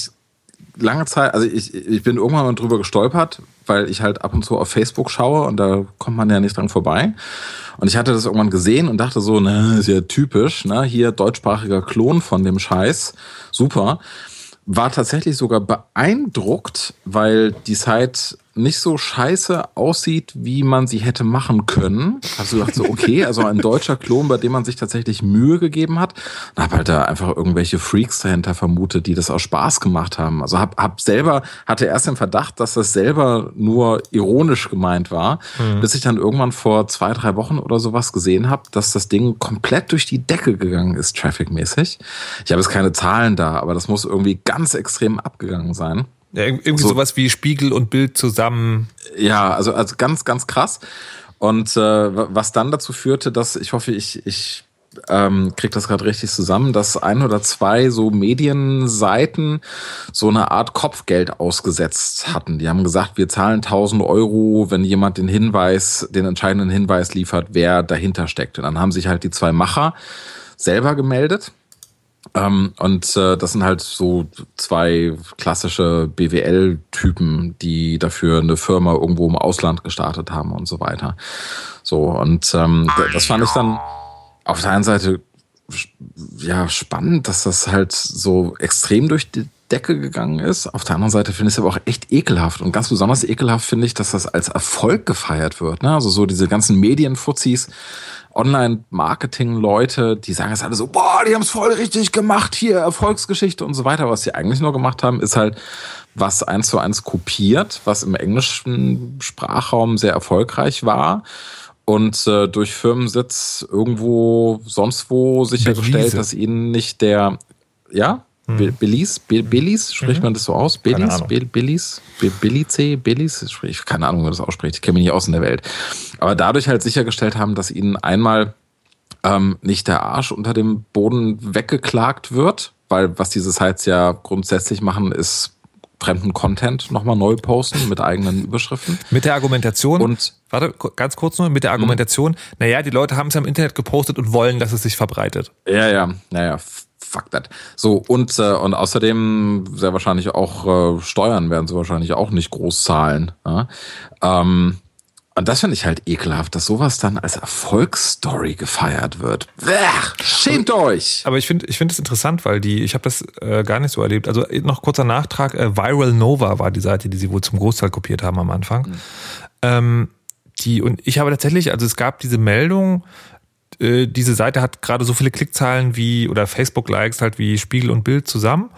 lange Zeit, also ich bin irgendwann mal drüber gestolpert, weil ich halt ab und zu auf Facebook schaue und da kommt man ja nicht dran vorbei. Und ich hatte das irgendwann gesehen und dachte so, ist ja typisch, hier deutschsprachiger Klon von dem Scheiß. Super. War tatsächlich sogar beeindruckt, weil die Site nicht so scheiße aussieht, wie man sie hätte machen können. Hast du gedacht so, okay, also ein deutscher Klon, bei dem man sich tatsächlich Mühe gegeben hat. Und hab halt da einfach irgendwelche Freaks dahinter vermutet, die das aus Spaß gemacht haben. Also hatte erst den Verdacht, dass das selber nur ironisch gemeint war, bis ich dann irgendwann vor 2-3 Wochen oder sowas gesehen habe, dass das Ding komplett durch die Decke gegangen ist, trafficmäßig. Ich habe jetzt keine Zahlen da, aber das muss irgendwie ganz extrem abgegangen sein. Ja, irgendwie So- sowas wie Spiegel und Bild zusammen. Ja, also ganz, ganz krass. Und was dann dazu führte, dass ich hoffe, ich kriege das gerade richtig zusammen, dass 1 oder 2 so Medienseiten so eine Art Kopfgeld ausgesetzt hatten. Die haben gesagt, wir zahlen 1.000 €, wenn jemand den entscheidenden Hinweis liefert, wer dahinter steckt. Und dann haben sich halt die 2 Macher selber gemeldet. Und das sind halt so 2 klassische BWL-Typen, die dafür eine Firma irgendwo im Ausland gestartet haben und so weiter. So, und das fand ich dann auf der einen Seite ja spannend, dass das halt so extrem durch die Decke gegangen ist. Auf der anderen Seite finde ich es aber auch echt ekelhaft. Und ganz besonders ekelhaft finde ich, dass das als Erfolg gefeiert wird. Ne? Also so diese ganzen Medienfuzis, Online-Marketing-Leute, die sagen es alle so, boah, die haben es voll richtig gemacht, hier, Erfolgsgeschichte und so weiter. Was sie eigentlich nur gemacht haben, ist halt was 1:1 kopiert, was im englischen Sprachraum sehr erfolgreich war und durch Firmensitz irgendwo sonst wo sichergestellt, dass ihnen nicht der, ja, Belize, spricht man das so aus? Belize? Keine Ahnung, wie man das ausspricht. Ich kenne mich nicht aus in der Welt. Aber dadurch halt sichergestellt haben, dass ihnen einmal nicht der Arsch unter dem Boden weggeklagt wird, weil was diese Sites ja grundsätzlich machen, ist fremden Content nochmal neu posten mit eigenen Überschriften. Mit der Argumentation, warte, ganz kurz nur, mit der Argumentation, naja, die Leute haben es ja im Internet gepostet und wollen, dass es sich verbreitet. Naja, fuck that. So, und außerdem sehr wahrscheinlich auch Steuern werden sie wahrscheinlich auch nicht groß zahlen. Ja? Und das finde ich halt ekelhaft, dass sowas dann als Erfolgsstory gefeiert wird. Schämt euch! Aber ich finde es interessant, weil ich habe das gar nicht so erlebt. Also noch kurzer Nachtrag, Viral Nova war die Seite, die sie wohl zum Großteil kopiert haben am Anfang. Und ich habe tatsächlich, also es gab diese Meldung, diese Seite hat gerade so viele Klickzahlen oder Facebook-Likes halt wie Spiegel und Bild zusammen.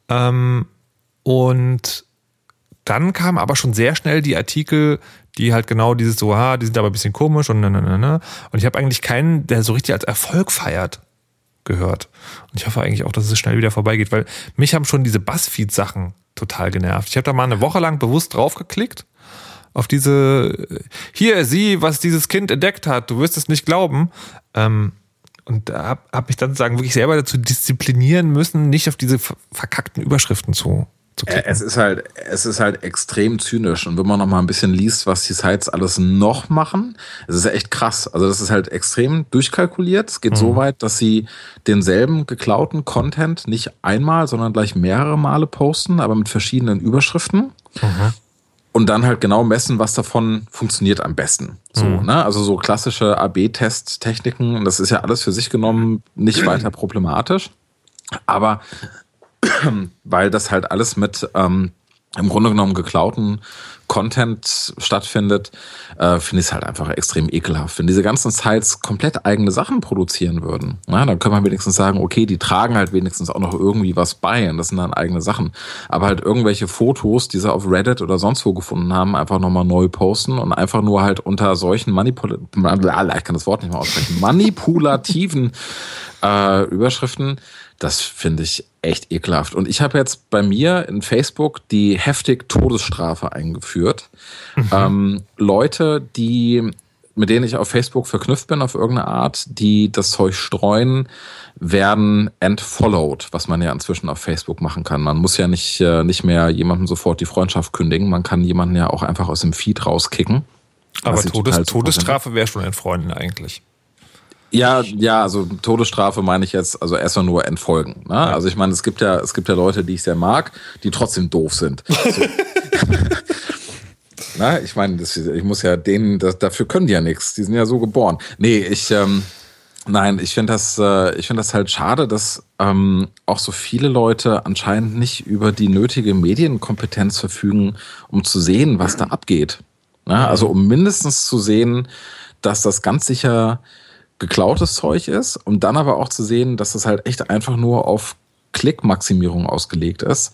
Und dann kamen aber schon sehr schnell die Artikel, die halt genau dieses so, die sind aber ein bisschen komisch und Und ich habe eigentlich keinen, der so richtig als Erfolg feiert, gehört. Und ich hoffe eigentlich auch, dass es schnell wieder vorbeigeht, weil mich haben schon diese Buzzfeed-Sachen total genervt. Ich habe da mal eine Woche lang bewusst draufgeklickt auf diese, hier, sieh, was dieses Kind entdeckt hat, du wirst es nicht glauben. Und da hab mich dann wirklich selber dazu disziplinieren müssen, nicht auf diese verkackten Überschriften zu klicken. Es ist halt extrem zynisch. Und wenn man noch mal ein bisschen liest, was die Sites alles noch machen, es ist ja echt krass. Also das ist halt extrem durchkalkuliert. Es geht so weit, dass sie denselben geklauten Content nicht einmal, sondern gleich mehrere Male posten, aber mit verschiedenen Überschriften. Und dann halt genau messen, was davon funktioniert am besten. So, ne? Also so klassische AB-Test-Techniken, das ist ja alles für sich genommen nicht weiter problematisch. Aber weil das halt alles mit im Grunde genommen geklauten Content stattfindet, finde ich es halt einfach extrem ekelhaft. Wenn diese ganzen Sites komplett eigene Sachen produzieren würden, na, dann können wir wenigstens sagen, okay, die tragen halt wenigstens auch noch irgendwie was bei und das sind dann eigene Sachen. Aber halt irgendwelche Fotos, die sie auf Reddit oder sonst wo gefunden haben, einfach nochmal neu posten und einfach nur halt unter solchen manipulativen Überschriften, das finde ich echt ekelhaft. Und ich habe jetzt bei mir in Facebook die heftig Todesstrafe eingeführt. Leute, mit denen ich auf Facebook verknüpft bin auf irgendeine Art, die das Zeug streuen, werden entfollowed, was man ja inzwischen auf Facebook machen kann. Man muss ja nicht mehr jemandem sofort die Freundschaft kündigen. Man kann jemanden ja auch einfach aus dem Feed rauskicken. Aber Todesstrafe wäre schon entfreunden eigentlich. Ja, also Todesstrafe meine ich jetzt, also erstmal nur entfolgen. Ne? Also ich meine, es gibt ja Leute, die ich sehr mag, die trotzdem doof sind. So. Na, ich meine, ich muss ja dafür können die ja nichts. Die sind ja so geboren. Nee, ich finde das halt schade, dass auch so viele Leute anscheinend nicht über die nötige Medienkompetenz verfügen, um zu sehen, was da abgeht. Na, also um mindestens zu sehen, dass das ganz sicher geklautes Zeug ist, um dann aber auch zu sehen, dass das halt echt einfach nur auf Klickmaximierung ausgelegt ist.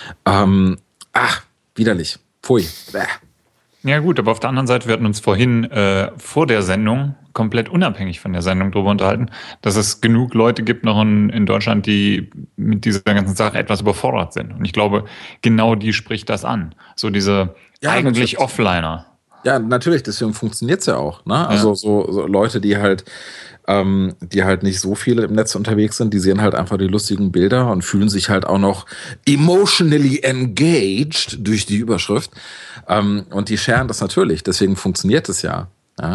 Widerlich. Pfui. Ja gut, aber auf der anderen Seite, wir hatten uns vorhin vor der Sendung komplett unabhängig von der Sendung darüber unterhalten, dass es genug Leute gibt noch in Deutschland, die mit dieser ganzen Sache etwas überfordert sind. Und ich glaube, genau die spricht das an. So diese eigentlich Offliner. Ja, natürlich, deswegen funktioniert es ja auch. Ne? Also so Leute, die halt nicht so viele im Netz unterwegs sind, die sehen halt einfach die lustigen Bilder und fühlen sich halt auch noch emotionally engaged durch die Überschrift. Und die sharen das natürlich, deswegen funktioniert es ja.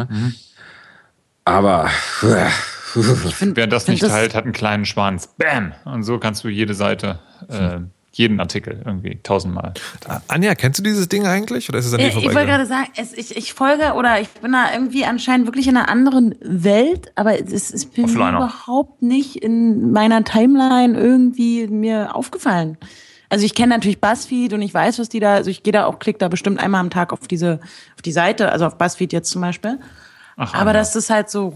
Aber wer das nicht teilt, hat einen kleinen Schwanz. Bam! Und so kannst du jede Seite, jeden Artikel irgendwie 1000-mal. Anja, kennst du dieses Ding eigentlich? Oder ist es an dir vorbei? Ich wollte gerade sagen, ich folge oder ich bin da irgendwie anscheinend wirklich in einer anderen Welt, aber es bin überhaupt nicht in meiner Timeline irgendwie mir aufgefallen. Also ich kenne natürlich BuzzFeed und ich weiß, was die da, also ich gehe da auch, klick da bestimmt einmal am Tag auf die Seite, also auf BuzzFeed jetzt zum Beispiel. Aber dass das halt so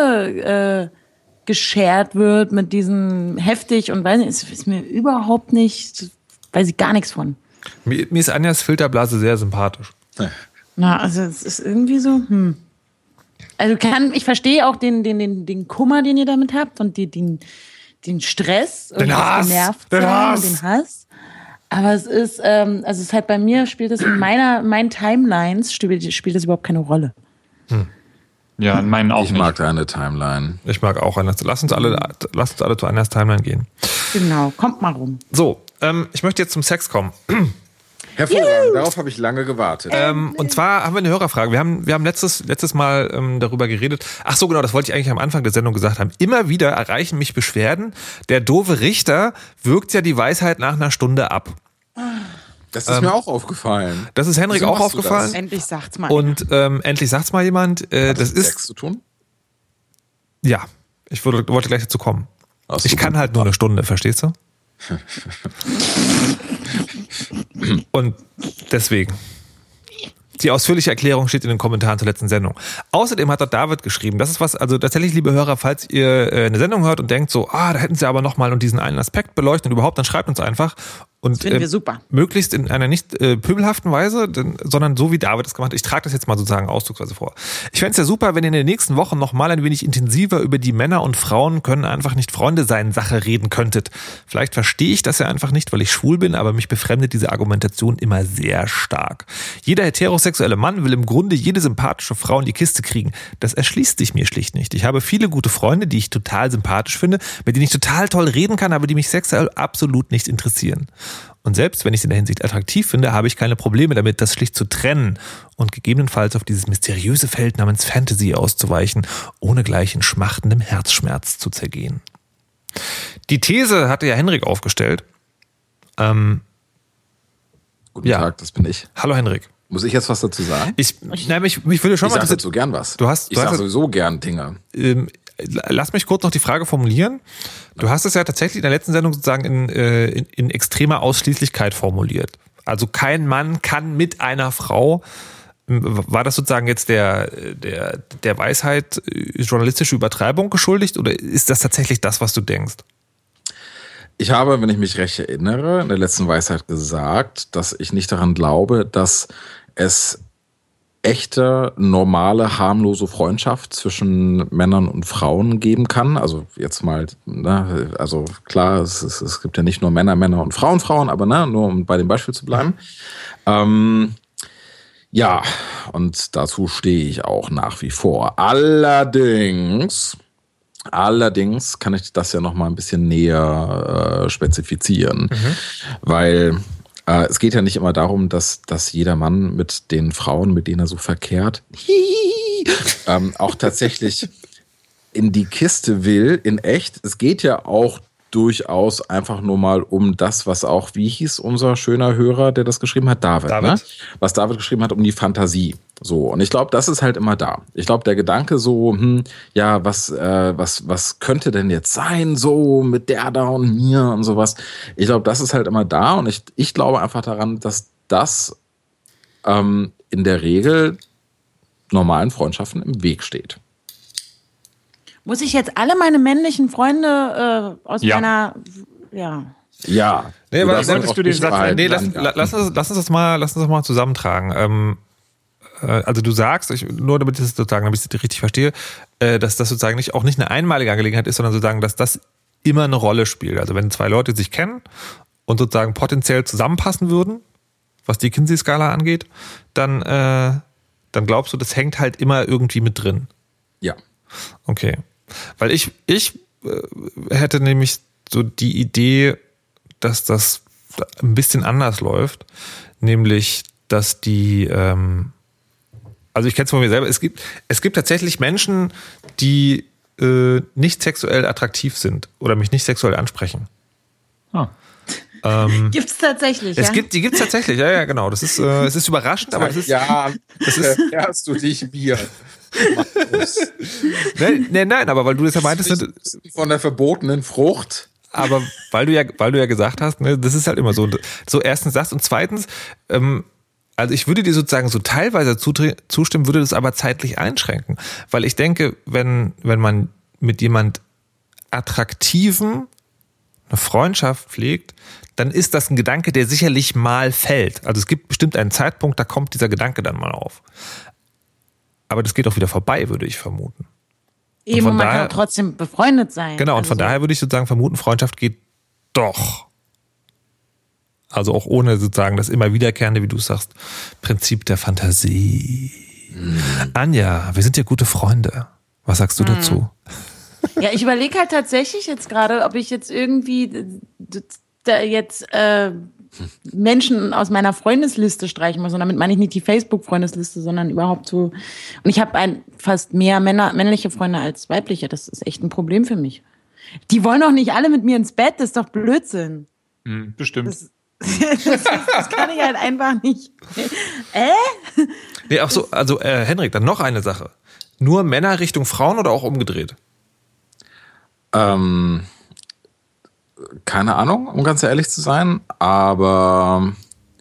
geshared wird mit diesen heftig und weiß nicht, ist mir überhaupt nicht, weiß ich gar nichts von. Mir ist Anjas Filterblase sehr sympathisch. Na, also es ist irgendwie so, Also ich verstehe auch den Kummer, den ihr damit habt und den Stress und den Hass, den Hass. Aber es ist, es ist halt bei mir, spielt es in meinen Timelines, spielt das überhaupt keine Rolle. Ja, in meinen auch nicht. Ich mag deine Timeline. Ich mag auch Anjas. Lass uns alle zu Anjas Timeline gehen. Genau, kommt mal rum. So, ich möchte jetzt zum Sex kommen. Hervorragend, darauf habe ich lange gewartet. Und zwar haben wir eine Hörerfrage. Wir haben letztes Mal darüber geredet. Ach so, genau, das wollte ich eigentlich am Anfang der Sendung gesagt haben. Immer wieder erreichen mich Beschwerden. Der doofe Richter wirkt ja die Weisheit nach einer Stunde ab. Das ist mir auch aufgefallen. Das ist Henrik auch aufgefallen. Endlich sagt's mal. Und endlich sagt's mal jemand. Hat das mit Sex zu tun? Ja, ich wollte gleich dazu kommen. Ich kann halt nur eine Stunde, verstehst du? Und deswegen. Die ausführliche Erklärung steht in den Kommentaren zur letzten Sendung. Außerdem hat dort David geschrieben, das ist was, also tatsächlich, liebe Hörer, falls ihr eine Sendung hört und denkt so, da hätten sie aber nochmal und diesen einen Aspekt beleuchtet und überhaupt, dann schreibt uns einfach. Und das finden wir super. Möglichst in einer nicht pöbelhaften Weise, sondern so wie David es gemacht hat. Ich trage das jetzt mal sozusagen ausdrucksweise vor. Ich fände es ja super, wenn ihr in den nächsten Wochen nochmal ein wenig intensiver über die Männer und Frauen können einfach nicht Freunde sein Sache reden könntet. Vielleicht verstehe ich das ja einfach nicht, weil ich schwul bin, aber mich befremdet diese Argumentation immer sehr stark. Jeder heterosexuelle Mann will im Grunde jede sympathische Frau in die Kiste kriegen. Das erschließt sich mir schlicht nicht. Ich habe viele gute Freunde, die ich total sympathisch finde, mit denen ich total toll reden kann, aber die mich sexuell absolut nicht interessieren. Und selbst wenn ich sie in der Hinsicht attraktiv finde, habe ich keine Probleme damit, das schlicht zu trennen und gegebenenfalls auf dieses mysteriöse Feld namens Fantasy auszuweichen, ohne gleich in schmachtendem Herzschmerz zu zergehen. Die These hatte ja Henrik aufgestellt. Guten Tag, das bin ich. Hallo Henrik. Muss ich jetzt was dazu sagen? Ich würde schon ich sage dazu gern was. Ich sage sowieso gern Dinge. Lass mich kurz noch die Frage formulieren. Du hast es ja tatsächlich in der letzten Sendung sozusagen in extremer Ausschließlichkeit formuliert. Also kein Mann kann mit einer Frau. War das sozusagen jetzt der Weisheit journalistische Übertreibung geschuldigt oder ist das tatsächlich das, was du denkst? Ich habe, wenn ich mich recht erinnere, in der letzten Weisheit gesagt, dass ich nicht daran glaube, dass es echte, normale, harmlose Freundschaft zwischen Männern und Frauen geben kann. Also jetzt mal, ne, also klar, es gibt ja nicht nur Männer und Frauen, aber ne, nur um bei dem Beispiel zu bleiben. Ja, und dazu stehe ich auch nach wie vor. Allerdings kann ich das ja noch mal ein bisschen näher spezifizieren, weil es geht ja nicht immer darum, dass jeder Mann mit den Frauen, mit denen er so verkehrt, auch tatsächlich in die Kiste will, in echt. Es geht ja auch durchaus einfach nur mal um das, was auch, wie hieß unser schöner Hörer, der das geschrieben hat? David. Ne? Was David geschrieben hat, um die Fantasie. So, und ich glaube, das ist halt immer da. Ich glaube, der Gedanke so, was könnte denn jetzt sein, so mit der da und mir und sowas. Ich glaube, das ist halt immer da und ich glaube einfach daran, dass das in der Regel normalen Freundschaften im Weg steht. Muss ich jetzt alle meine männlichen Freunde aus meiner... Ja. Ja. Nee, aber solltest du den Satz... Nee, lass uns das mal zusammentragen. Also du sagst, nur damit ich das sozusagen, damit ich das richtig verstehe, dass das sozusagen auch nicht eine einmalige Angelegenheit ist, sondern sozusagen, dass das immer eine Rolle spielt. Also wenn zwei Leute sich kennen und sozusagen potenziell zusammenpassen würden, was die Kinsey-Skala angeht, dann dann glaubst du, das hängt halt immer irgendwie mit drin. Ja. Okay. Weil ich hätte nämlich so die Idee, dass das ein bisschen anders läuft. Nämlich, dass die, also ich kenne es von mir selber, es gibt tatsächlich Menschen, die nicht sexuell attraktiv sind oder mich nicht sexuell ansprechen. Gibt's tatsächlich, die gibt's tatsächlich, ja, genau. Das ist, es ist überraschend, aber es ist. Ja, erst du dich mir. Nein, aber weil du das ja meintest. Von der verbotenen Frucht. Aber weil du ja gesagt hast, ne, das ist halt immer so erstens das und zweitens, also ich würde dir sozusagen so teilweise zustimmen, würde das aber zeitlich einschränken. Weil ich denke, wenn man mit jemand Attraktiven eine Freundschaft pflegt, dann ist das ein Gedanke, der sicherlich mal fällt. Also es gibt bestimmt einen Zeitpunkt, da kommt dieser Gedanke dann mal auf. Aber das geht auch wieder vorbei, würde ich vermuten. Eben, und man kann trotzdem befreundet sein. Genau, und von daher würde ich sozusagen vermuten, Freundschaft geht doch. Also auch ohne sozusagen das immer wiederkehrende, wie du sagst, Prinzip der Fantasie. Anja, wir sind ja gute Freunde. Was sagst du dazu? Ja, ich überlege halt tatsächlich jetzt gerade, ob ich jetzt irgendwie Menschen aus meiner Freundesliste streichen muss. Und damit meine ich nicht die Facebook-Freundesliste, sondern überhaupt so. Und ich habe fast mehr männliche Freunde als weibliche. Das ist echt ein Problem für mich. Die wollen doch nicht alle mit mir ins Bett. Das ist doch Blödsinn. Bestimmt. Das kann ich halt einfach nicht. Nee, auch so, also Henrik, dann noch eine Sache. Nur Männer Richtung Frauen oder auch umgedreht? Keine Ahnung, um ganz ehrlich zu sein, aber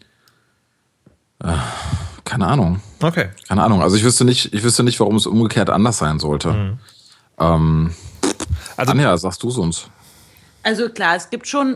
keine Ahnung. Okay. Keine Ahnung. Also ich wüsste nicht, warum es umgekehrt anders sein sollte. Also Anja, sagst du es uns? Also klar, es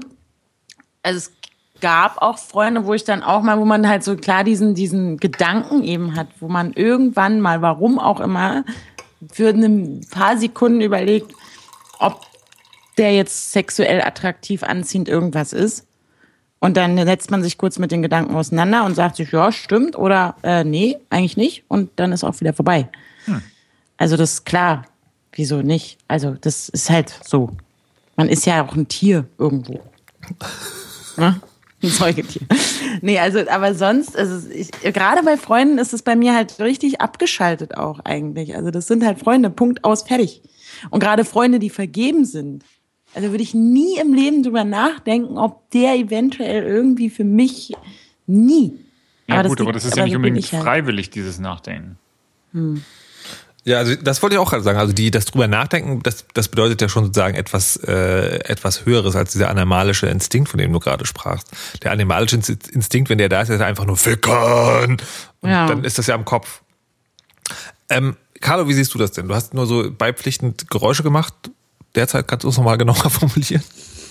gab auch Freunde, wo ich dann auch mal, wo man halt so klar diesen Gedanken eben hat, wo man irgendwann mal, warum auch immer, für ein paar Sekunden überlegt, ob der jetzt sexuell attraktiv anziehend irgendwas ist. Und dann setzt man sich kurz mit den Gedanken auseinander und sagt sich, ja, stimmt oder nee, eigentlich nicht. Und dann ist auch wieder vorbei. Also das ist klar. Wieso nicht? Also das ist halt so. Man ist ja auch ein Tier irgendwo. Ne? Ein Säugetier. Nee, also, aber sonst, gerade bei Freunden ist es bei mir halt richtig abgeschaltet auch eigentlich. Also das sind halt Freunde, Punkt, aus, fertig. Und gerade Freunde, die vergeben sind. Also würde ich nie im Leben drüber nachdenken, ob der eventuell irgendwie für mich nie. Ja aber das ist ja nicht unbedingt freiwillig, dieses Nachdenken. Ja, also das wollte ich auch gerade sagen. Also das drüber nachdenken, das bedeutet ja schon sozusagen etwas Höheres als dieser animalische Instinkt, von dem du gerade sprachst. Der animalische Instinkt, wenn der da ist, ist einfach nur fickern. Und dann ist das ja im Kopf. Carlo, wie siehst du das denn? Du hast nur so beipflichtend Geräusche gemacht. Derzeit kannst du es nochmal genauer formulieren.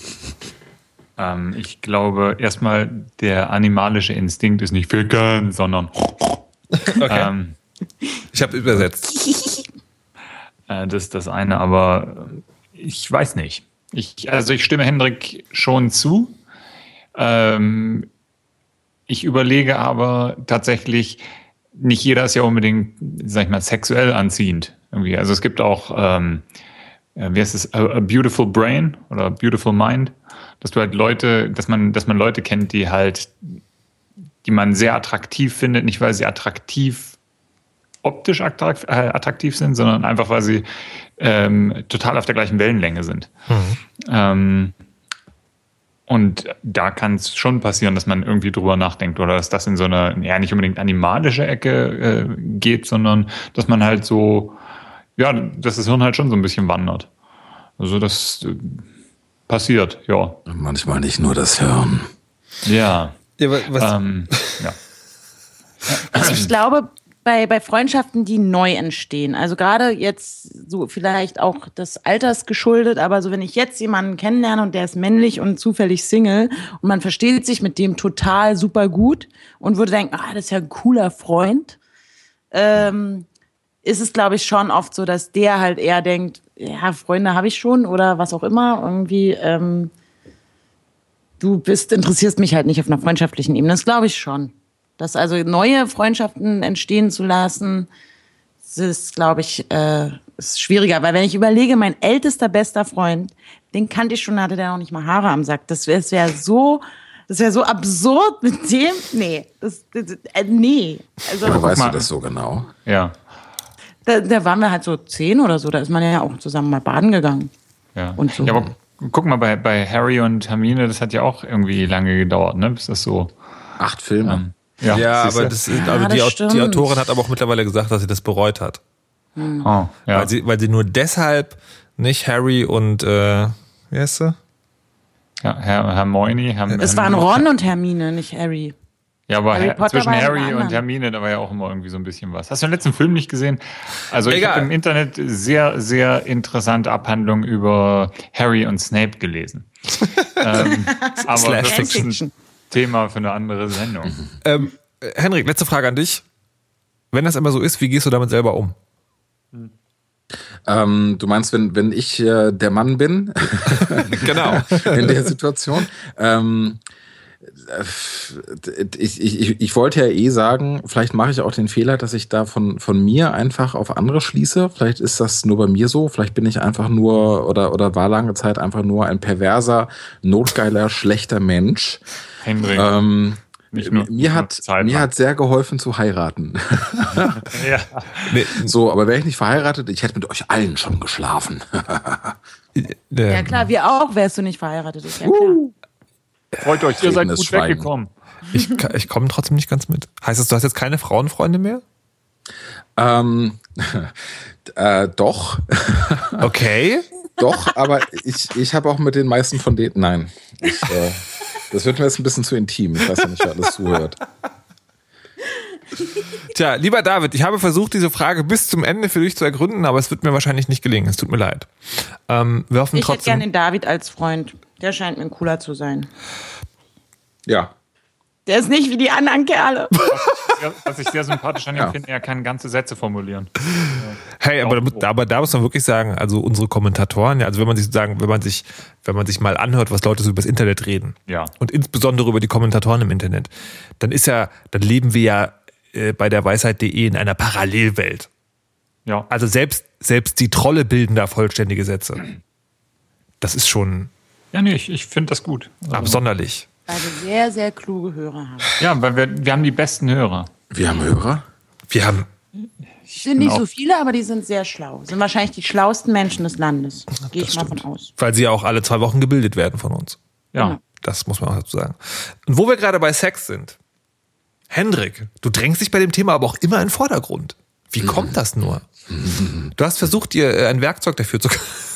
Ich glaube, erstmal der animalische Instinkt ist nicht fickern, sondern okay. Ich habe übersetzt. Das ist das eine, aber ich weiß nicht. Ich stimme Hendrik schon zu. Ich überlege aber tatsächlich, nicht jeder ist ja unbedingt, sag ich mal, sexuell anziehend. Irgendwie. Also es gibt auch, wie heißt es, a beautiful brain oder a beautiful mind, dass du halt dass man Leute kennt, die man sehr attraktiv findet, nicht weil sie optisch attraktiv sind, sondern einfach, weil sie total auf der gleichen Wellenlänge sind. Und da kann es schon passieren, dass man irgendwie drüber nachdenkt oder dass das in so eine, ja, nicht unbedingt animalische Ecke geht, sondern dass man halt so, ja, dass das Hirn halt schon so ein bisschen wandert. Also das passiert, ja. Manchmal nicht nur das Hirn. Ja. Also ich glaube, bei Freundschaften, die neu entstehen, also gerade jetzt so vielleicht auch des Alters geschuldet, aber so wenn ich jetzt jemanden kennenlerne und der ist männlich und zufällig Single und man versteht sich mit dem total super gut und würde denken, das ist ja ein cooler Freund, ist es, glaube ich, schon oft so, dass der halt eher denkt, ja, Freunde habe ich schon oder was auch immer, irgendwie, du interessierst mich halt nicht auf einer freundschaftlichen Ebene, das glaube ich schon. Das also neue Freundschaften entstehen zu lassen, das ist, glaube ich, ist schwieriger. Weil wenn ich überlege, mein ältester bester Freund, den kannte ich schon, hatte der noch nicht mal Haare am Sack. Das wäre so absurd mit dem. Nee. Nee. Also, Oder weißt du das so genau? Ja. Da waren wir halt so 10 oder so. Da ist man ja auch zusammen mal baden gegangen. Ja. Und so. Ja, aber guck mal, bei Harry und Hermine, das hat ja auch irgendwie lange gedauert, ne? Bis das so. 8 Filme. Ja, siehste? aber die Autorin hat aber auch mittlerweile gesagt, dass sie das bereut hat. Oh, ja. Weil sie nur deshalb nicht Harry und wie heißt sie? Ja, Hermione. Es waren Ron und Hermine, nicht Harry. Ja, aber Harry Potter zwischen war in Harry einem und anderen. Hermine, da war ja auch immer irgendwie so ein bisschen was. Hast du den letzten Film nicht gesehen? Also ich Egal. habe im Internet sehr, sehr interessante Abhandlungen über Harry und Snape gelesen. Aber Slash das ist ein Fiction. Thema für eine andere Sendung. Henrik, letzte Frage an dich. Wenn das immer so ist, wie gehst du damit selber um? Du meinst, wenn ich der Mann bin Genau. in der Situation? Ich wollte ja sagen, vielleicht mache ich auch den Fehler, dass ich da von mir einfach auf andere schließe. Vielleicht ist das nur bei mir so. Vielleicht bin ich einfach nur oder war lange Zeit einfach nur ein perverser, notgeiler, schlechter Mensch. Henrik. Mir hat sehr geholfen zu heiraten. Ja. So, aber wäre ich nicht verheiratet, ich hätte mit euch allen schon geschlafen. Ja klar, wir auch, wärst du nicht verheiratet. Ist ja klar. Freut euch, ihr seid Tretenes gut Schweigen. weggekommen. Ich komme trotzdem nicht ganz mit. Heißt das, du hast jetzt keine Frauenfreunde mehr? Doch. Okay. Doch, aber ich habe auch mit den meisten von denen. Nein. Das wird mir jetzt ein bisschen zu intim. Ich weiß ja nicht, wer alles zuhört. Tja, lieber David, ich habe versucht, diese Frage bis zum Ende für dich zu ergründen, aber es wird mir wahrscheinlich nicht gelingen. Es tut mir leid. Wir hoffen Ich hätte trotzdem. gerne den David als Freund. Der scheint mir cooler zu sein. Ja. Der ist nicht wie die anderen Kerle. Was ich sehr sympathisch an ihm finde, er kann ganze Sätze formulieren. Hey, aber da muss man wirklich sagen, also unsere Kommentatoren, ja, also wenn man sich mal anhört, was Leute so übers Internet reden, Ja. und insbesondere über die Kommentatoren im Internet, dann leben wir ja bei der Weisheit.de in einer Parallelwelt. Ja. Also selbst die Trolle bilden da vollständige Sätze. Das ist schon Ja, nee, ich finde das gut. absonderlich. Weil wir sehr, sehr kluge Hörer haben. Ja, weil wir haben die besten Hörer. Wir haben Hörer. Wir haben, Sind nicht auch- so viele, aber die sind sehr schlau. Sind wahrscheinlich die schlauesten Menschen des Landes. Gehe ich mal von aus. weil sie ja auch alle 2 Wochen gebildet werden von uns. Ja. Das muss man auch dazu sagen. Und wo wir gerade bei Sex sind, Hendrik, du drängst dich bei dem Thema aber auch immer in den Vordergrund. Wie kommt das nur? Du hast versucht, dir ein Werkzeug dafür zu...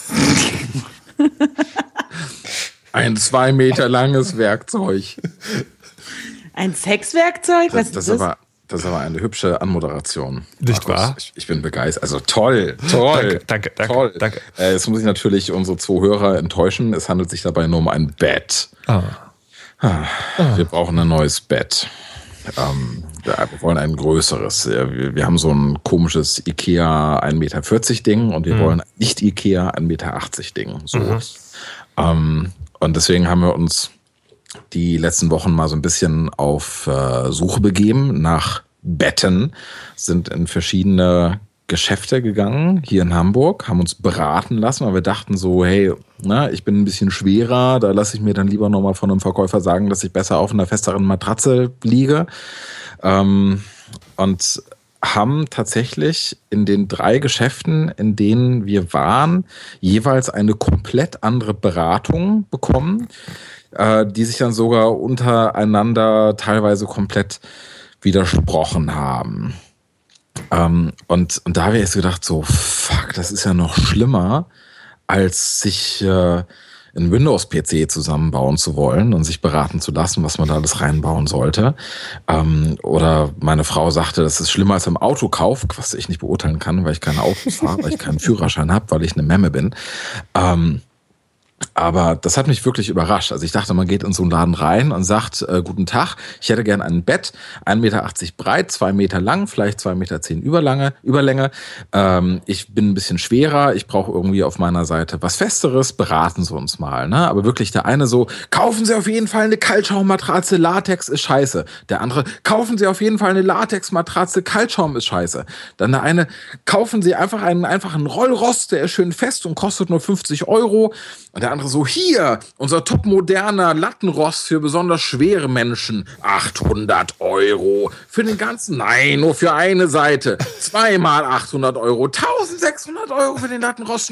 Ein 2 Meter langes Werkzeug. Ein Sexwerkzeug? Was Das ist ist das? aber eine hübsche Anmoderation. Nicht Markus, wahr? Ich bin begeistert. Also toll. Danke. Toll. Danke. Jetzt muss ich natürlich unsere 2 Hörer enttäuschen. Es handelt sich dabei nur um ein Bett. Wir brauchen ein neues Bett. Wir wollen ein größeres. Wir haben so ein komisches Ikea 1,40 Meter Ding und wir wollen nicht Ikea 1,80 Meter Ding. So. Und deswegen haben wir uns die letzten Wochen mal so ein bisschen auf Suche begeben nach Betten, sind in verschiedene Geschäfte gegangen, hier in Hamburg, haben uns beraten lassen, weil wir dachten so, hey, ich bin ein bisschen schwerer, da lasse ich mir dann lieber nochmal von einem Verkäufer sagen, dass ich besser auf einer festeren Matratze liege. Und haben tatsächlich in den 3 Geschäften, in denen wir waren, jeweils eine komplett andere Beratung bekommen, die sich dann sogar untereinander teilweise komplett widersprochen haben. Und da habe ich jetzt gedacht, so, fuck, das ist ja noch schlimmer, als sich einen Windows-PC zusammenbauen zu wollen und sich beraten zu lassen, was man da alles reinbauen sollte. Oder meine Frau sagte, das ist schlimmer als im Autokauf, was ich nicht beurteilen kann, weil ich keine Autos fahre, weil ich keinen Führerschein habe, weil ich eine Memme bin. Aber das hat mich wirklich überrascht. Also ich dachte, man geht in so einen Laden rein und sagt, guten Tag, ich hätte gern ein Bett, 1,80 Meter breit, 2 Meter lang, vielleicht 2,10 Meter Überlänge. Ich bin ein bisschen schwerer, ich brauche irgendwie auf meiner Seite was Festeres, beraten Sie uns mal. Ne? Aber wirklich der eine so, kaufen Sie auf jeden Fall eine Kaltschaummatratze, Latex ist scheiße. Der andere, kaufen Sie auf jeden Fall eine Latexmatratze, Kaltschaum ist scheiße. Dann der eine, kaufen Sie einfach einen Rollrost, der ist schön fest und kostet nur 50 Euro. Und der andere so, hier, unser topmoderner Lattenrost für besonders schwere Menschen. 800 Euro. Für den ganzen? Nein, nur für eine Seite. 2 mal 800 Euro. 1600 Euro für den Lattenrost.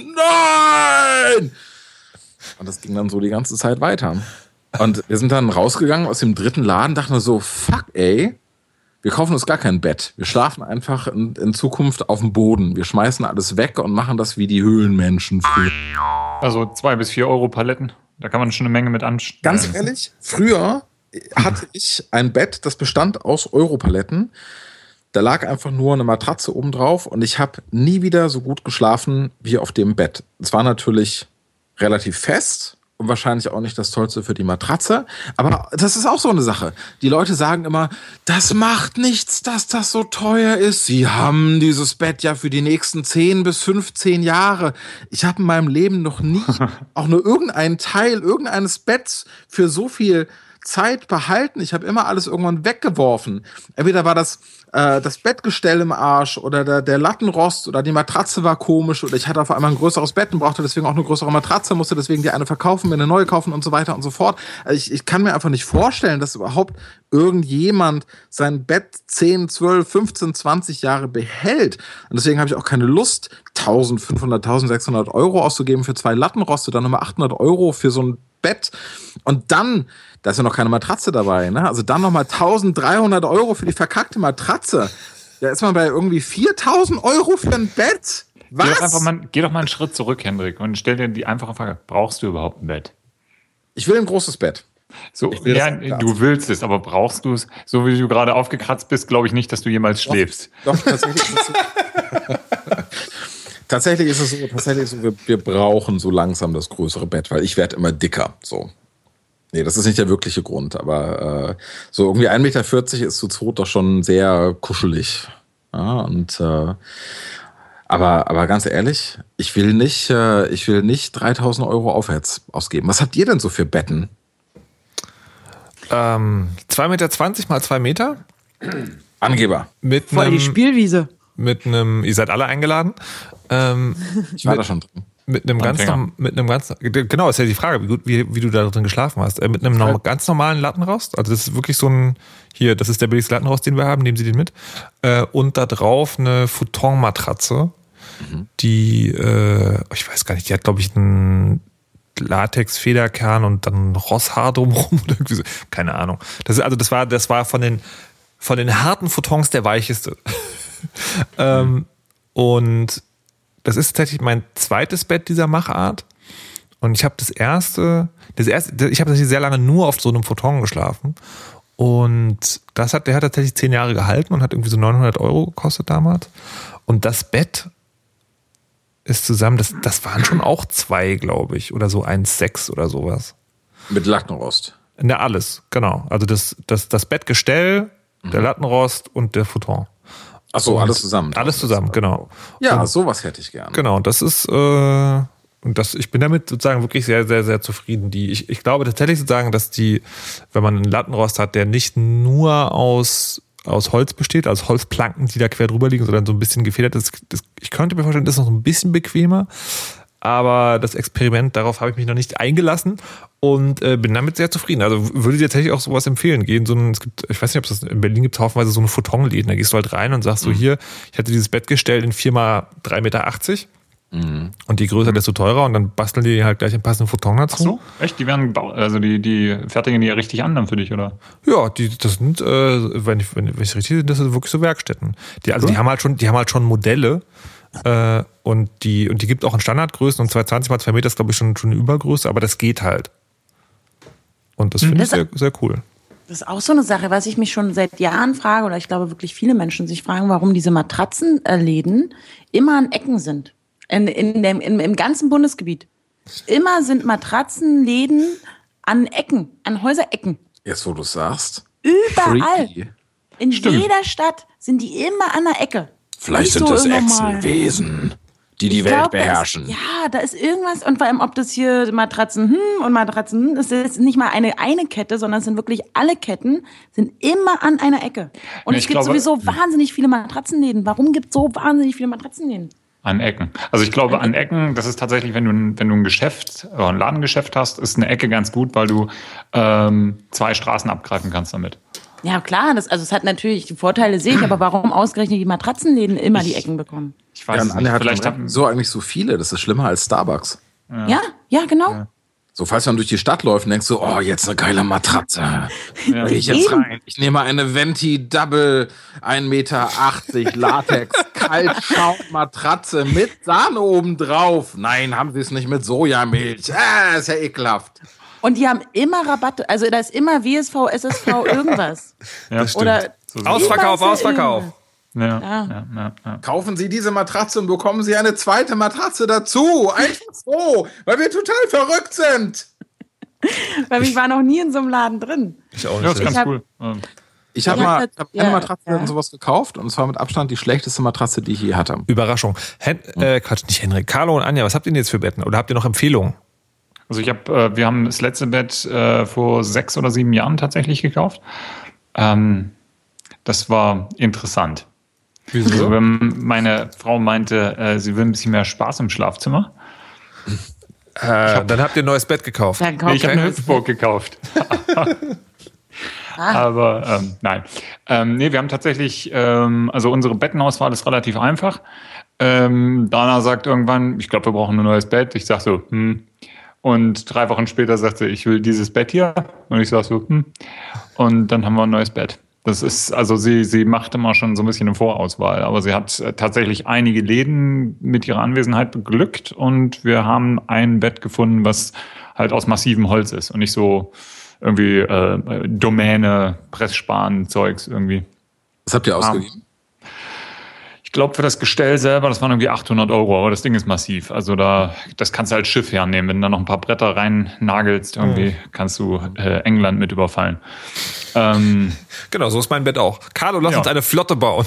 Nein! Und das ging dann so die ganze Zeit weiter. Und wir sind dann rausgegangen aus dem dritten Laden, dachten wir so, fuck ey, wir kaufen uns gar kein Bett. Wir schlafen einfach in Zukunft auf dem Boden. Wir schmeißen alles weg und machen das wie die Höhlenmenschen früher. Also 2 bis 4 Euro Paletten. Da kann man schon eine Menge mit anstellen. Ganz ehrlich, früher hatte ich ein Bett, das bestand aus Europaletten. Da lag einfach nur eine Matratze oben drauf und ich habe nie wieder so gut geschlafen wie auf dem Bett. Es war natürlich relativ fest. Und wahrscheinlich auch nicht das Tollste für die Matratze. Aber das ist auch so eine Sache. Die Leute sagen immer, das macht nichts, dass das so teuer ist. Sie haben dieses Bett ja für die nächsten 10 bis 15 Jahre. Ich habe in meinem Leben noch nie auch nur irgendeinen Teil irgendeines Betts für so viel Zeit behalten. Ich habe immer alles irgendwann weggeworfen. Entweder war das Bettgestell im Arsch oder der Lattenrost oder die Matratze war komisch oder ich hatte auf einmal ein größeres Bett und brauchte deswegen auch eine größere Matratze, musste deswegen die eine verkaufen, mir eine neue kaufen und so weiter und so fort. Also ich kann mir einfach nicht vorstellen, dass überhaupt irgendjemand sein Bett 10, 12, 15, 20 Jahre behält. Und deswegen habe ich auch keine Lust, 1500, 1600 Euro auszugeben für 2 Lattenroste, dann nochmal 800 Euro für so ein Bett und dann, da ist ja noch keine Matratze dabei, ne? Also dann nochmal 1300 Euro für die verkackte Matratze. Da ist man bei irgendwie 4000 Euro für ein Gett. Was? Geh doch mal einen Schritt zurück, Hendrik, und stell dir die einfache Frage, brauchst du überhaupt ein Bett? Ich will ein großes Bett. So, ja, du willst es, aber brauchst du es? So wie du gerade aufgekratzt bist, glaube ich nicht, dass du jemals schläfst. Doch, tatsächlich ist es so. Tatsächlich ist es so, wir brauchen so langsam das größere Bett, weil ich werde immer dicker. So. Nee, das ist nicht der wirkliche Grund, aber so irgendwie 1,40 Meter ist zu zweit doch schon sehr kuschelig. Ja, und aber ganz ehrlich, ich will nicht 3.000 Euro aufwärts ausgeben. Was habt ihr denn so für Betten? 2,20 Meter mal 2 Meter. Angeber. Voll die Spielwiese. Mit einem, ihr seid alle eingeladen. Ich war da schon drin. Mit einem ganz, genau, ist ja die Frage, wie du da drin geschlafen hast. Mit einem ganz normalen Lattenrost, also das ist wirklich so ein, hier, das ist der billigste Lattenrost, den wir haben, nehmen Sie den mit. Und da drauf eine Futonmatratze, die, ich weiß gar nicht, die hat, glaube ich, einen Latex-Federkern und dann Rosshaar drumherum oder irgendwie so, keine Ahnung. Das war von den harten Futons der weicheste. Und das ist tatsächlich mein zweites Bett dieser Machart. Und ich habe ich habe tatsächlich sehr lange nur auf so einem Futon geschlafen. Und der hat tatsächlich 10 Jahre gehalten und hat irgendwie so 900 Euro gekostet damals. Und das Bett ist zusammen, das waren schon auch 2, glaube ich, oder so 1,6 oder sowas. Mit Lattenrost. Na, alles, genau. Also das Bettgestell, der Lattenrost und der Futon. Ach so, alles zusammen. Alles zusammen, genau. Ja, und sowas hätte ich gerne. Genau, das ist, ich bin damit sozusagen wirklich sehr, sehr, sehr zufrieden. Ich glaube tatsächlich sozusagen, dass wenn man einen Lattenrost hat, der nicht nur aus Holz besteht, also Holzplanken, die da quer drüber liegen, sondern so ein bisschen gefedert ist, ich könnte mir vorstellen, das ist noch ein bisschen bequemer. Aber das Experiment, darauf habe ich mich noch nicht eingelassen und bin damit sehr zufrieden. Also würde dir tatsächlich auch sowas empfehlen. Ich weiß nicht, ob es in Berlin gibt, haufenweise so eine Futonläden. Da gehst du halt rein und sagst so, hier, ich hatte dieses Bettgestell in 4 mal 3,80 Meter. Und je größer, desto teurer. Und dann basteln die halt gleich einen passenden Futon dazu. Ach so? Echt? Die werden die fertigen die ja richtig an dann für dich, oder? Ja, das sind, wenn ich richtig sehe, das sind wirklich so Werkstätten. Die haben halt schon Modelle. Und die gibt auch in Standardgrößen und 220 mal 2 Meter ist, glaube ich, schon eine Übergröße, aber das geht halt. Und das finde ich sehr, sehr cool. Das ist auch so eine Sache, was ich mich schon seit Jahren frage, oder ich glaube wirklich viele Menschen sich fragen, warum diese Matratzenläden immer an Ecken sind. Im ganzen Bundesgebiet. immer sind Matratzenläden an Ecken, an Häuserecken. Jetzt, wo du sagst. Überall. Freaky. In jeder Stadt sind die immer an der Ecke. Vielleicht Nicht sind so das normal. Echsenwesen, die Ich Welt glaub, beherrschen. Da ist irgendwas. Und vor allem, ob das hier Matratzen und Matratzen, das ist nicht mal eine Kette, sondern es sind wirklich alle Ketten, sind immer an einer Ecke. Und Ja, es ich gibt glaube- sowieso wahnsinnig viele Matratzenläden. Warum gibt es so wahnsinnig viele Matratzenläden? An Ecken. Also ich glaube, an Ecken, das ist tatsächlich, wenn du ein Geschäft oder ein Ladengeschäft hast, ist eine Ecke ganz gut, weil du 2 Straßen abgreifen kannst damit. Ja, klar, es hat natürlich die Vorteile, sehe ich, aber warum ausgerechnet die Matratzenläden immer die Ecken bekommen? Ich weiß Ja, und es Anja nicht. hat Vielleicht schon recht. So eigentlich so viele. Das ist schlimmer als Starbucks. Ja, genau. Ja. So, falls man durch die Stadt läuft und denkst so, oh, jetzt eine geile Matratze. Ja. Geh ich jetzt Eben. rein. Ich nehme eine Venti Double 1,80 Meter Latex Kaltschaum-Matratze mit Sahne oben drauf. Nein, haben sie es nicht mit Sojamilch. Ist ja ekelhaft. Und die haben immer Rabatte. Also da ist immer WSV, SSV, irgendwas. Ja, Oder Ausverkauf, Irgendwas, Ausverkauf. Ja. Kaufen Sie diese Matratze und bekommen Sie eine zweite Matratze dazu. Einfach so, weil wir total verrückt sind. Weil ich war noch nie in so einem Laden drin. Ich auch Ja, ist nicht. ganz hab- cool. Ja. Ich habe Ja, eine Matratze und sowas gekauft und zwar mit Abstand die schlechteste Matratze, die ich je hatte. Überraschung. Quatsch, nicht Henrik. Carlo und Anja, was habt ihr denn jetzt für Betten? Oder habt ihr noch Empfehlungen? Also wir haben das letzte Bett vor 6 oder 7 Jahren tatsächlich gekauft. Das war interessant. Also, meine Frau meinte, sie will ein bisschen mehr Spaß im Schlafzimmer. Dann habt ihr ein neues Bett gekauft. Dann Nee, kauft ich habe eine Hüpfburg gekauft. Aber nein. Nee, wir haben tatsächlich, also unsere Bettenauswahl ist relativ einfach. Dana sagt irgendwann, ich glaube, wir brauchen ein neues Bett. Ich sag so, Und 3 Wochen später sagt sie, ich will dieses Bett hier. Und ich sag so, Und dann haben wir ein neues Bett. Das ist, also sie macht immer schon so ein bisschen eine Vorauswahl, aber sie hat tatsächlich einige Läden mit ihrer Anwesenheit beglückt und wir haben ein Bett gefunden, was halt aus massivem Holz ist und nicht so irgendwie Domäne, Pressspan-Zeugs irgendwie. Was habt ihr ausgegeben? Ich glaube, für das Gestell selber, das waren irgendwie 800 €, aber das Ding ist massiv. Also das kannst du als Schiff hernehmen. Wenn du da noch ein paar Bretter rein nagelst, irgendwie kannst du England mit überfallen. Genau, so ist mein Bett auch. Carlo, lass uns eine Flotte bauen.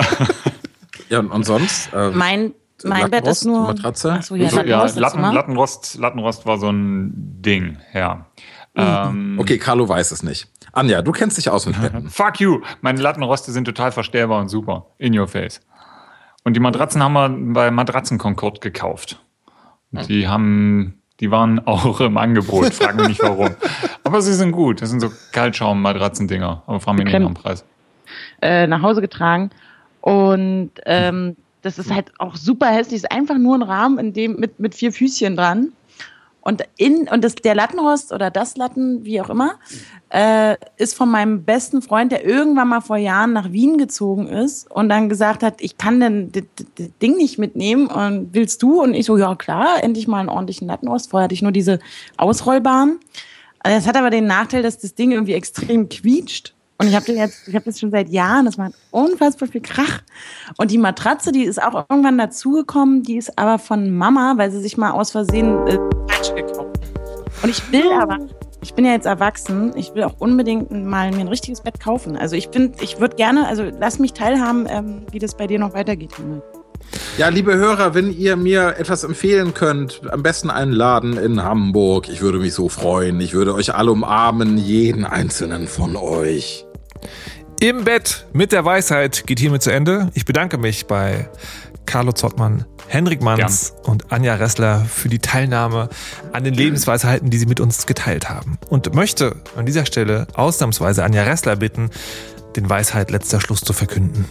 Ja, und sonst? Mein Bett ist nur. Matratze? Ach so, ja, So, ja, Lattenrost. Lattenrost war so ein Ding, ja. Okay, Carlo weiß es nicht. Anja, du kennst dich aus mit Betten. Fuck you! Meine Lattenroste sind total verstellbar und super. In your face. Und die Matratzen haben wir bei Matratzen Concord gekauft. Und die waren auch im Angebot. Frag mich nicht warum. Aber sie sind gut. Das sind so Kaltschaum-Matratzen-Dinger. Aber fragen mich nicht nach dem Preis. Nach Hause getragen. Und das ist halt auch super hässlich. Es ist einfach nur ein Rahmen, in dem mit 4 Füßchen dran. Und der Lattenrost oder das Latten, wie auch immer, ist von meinem besten Freund, der irgendwann mal vor Jahren nach Wien gezogen ist und dann gesagt hat, ich kann denn das Ding nicht mitnehmen und willst du? Und ich so, ja klar, endlich mal einen ordentlichen Lattenrost. Vorher hatte ich nur diese Ausrollbaren. Das hat aber den Nachteil, dass das Ding irgendwie extrem quietscht. Und ich habe das schon seit Jahren, das macht unfassbar viel Krach. Und die Matratze, die ist auch irgendwann dazugekommen, die ist aber von Mama, weil sie sich mal aus Versehen falsch gekauft hat. Und ich bin ja jetzt erwachsen, ich will auch unbedingt mal mir ein richtiges Bett kaufen. Also ich würde gerne, also lass mich teilhaben, wie das bei dir noch weitergeht. Ja, liebe Hörer, wenn ihr mir etwas empfehlen könnt, am besten einen Laden in Hamburg. Ich würde mich so freuen. Ich würde euch alle umarmen, jeden einzelnen von euch. Im Bett mit der Weisheit geht hiermit zu Ende. Ich bedanke mich bei Carlo Zottmann, Henrik Manns und Anja Ressler für die Teilnahme an den Lebensweisheiten, die sie mit uns geteilt haben. Und möchte an dieser Stelle ausnahmsweise Anja Ressler bitten, den Weisheit letzter Schluss zu verkünden.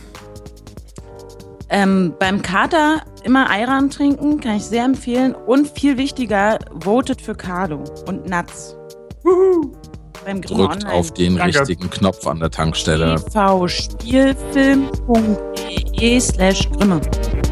Beim Kater immer Ayran trinken, kann ich sehr empfehlen. Und viel wichtiger, votet für Carlo und Nuts. Beim Grimme Drückt Online. auf den Danke. richtigen Knopf an der Tankstelle. tvspielfilm.de/Grimme.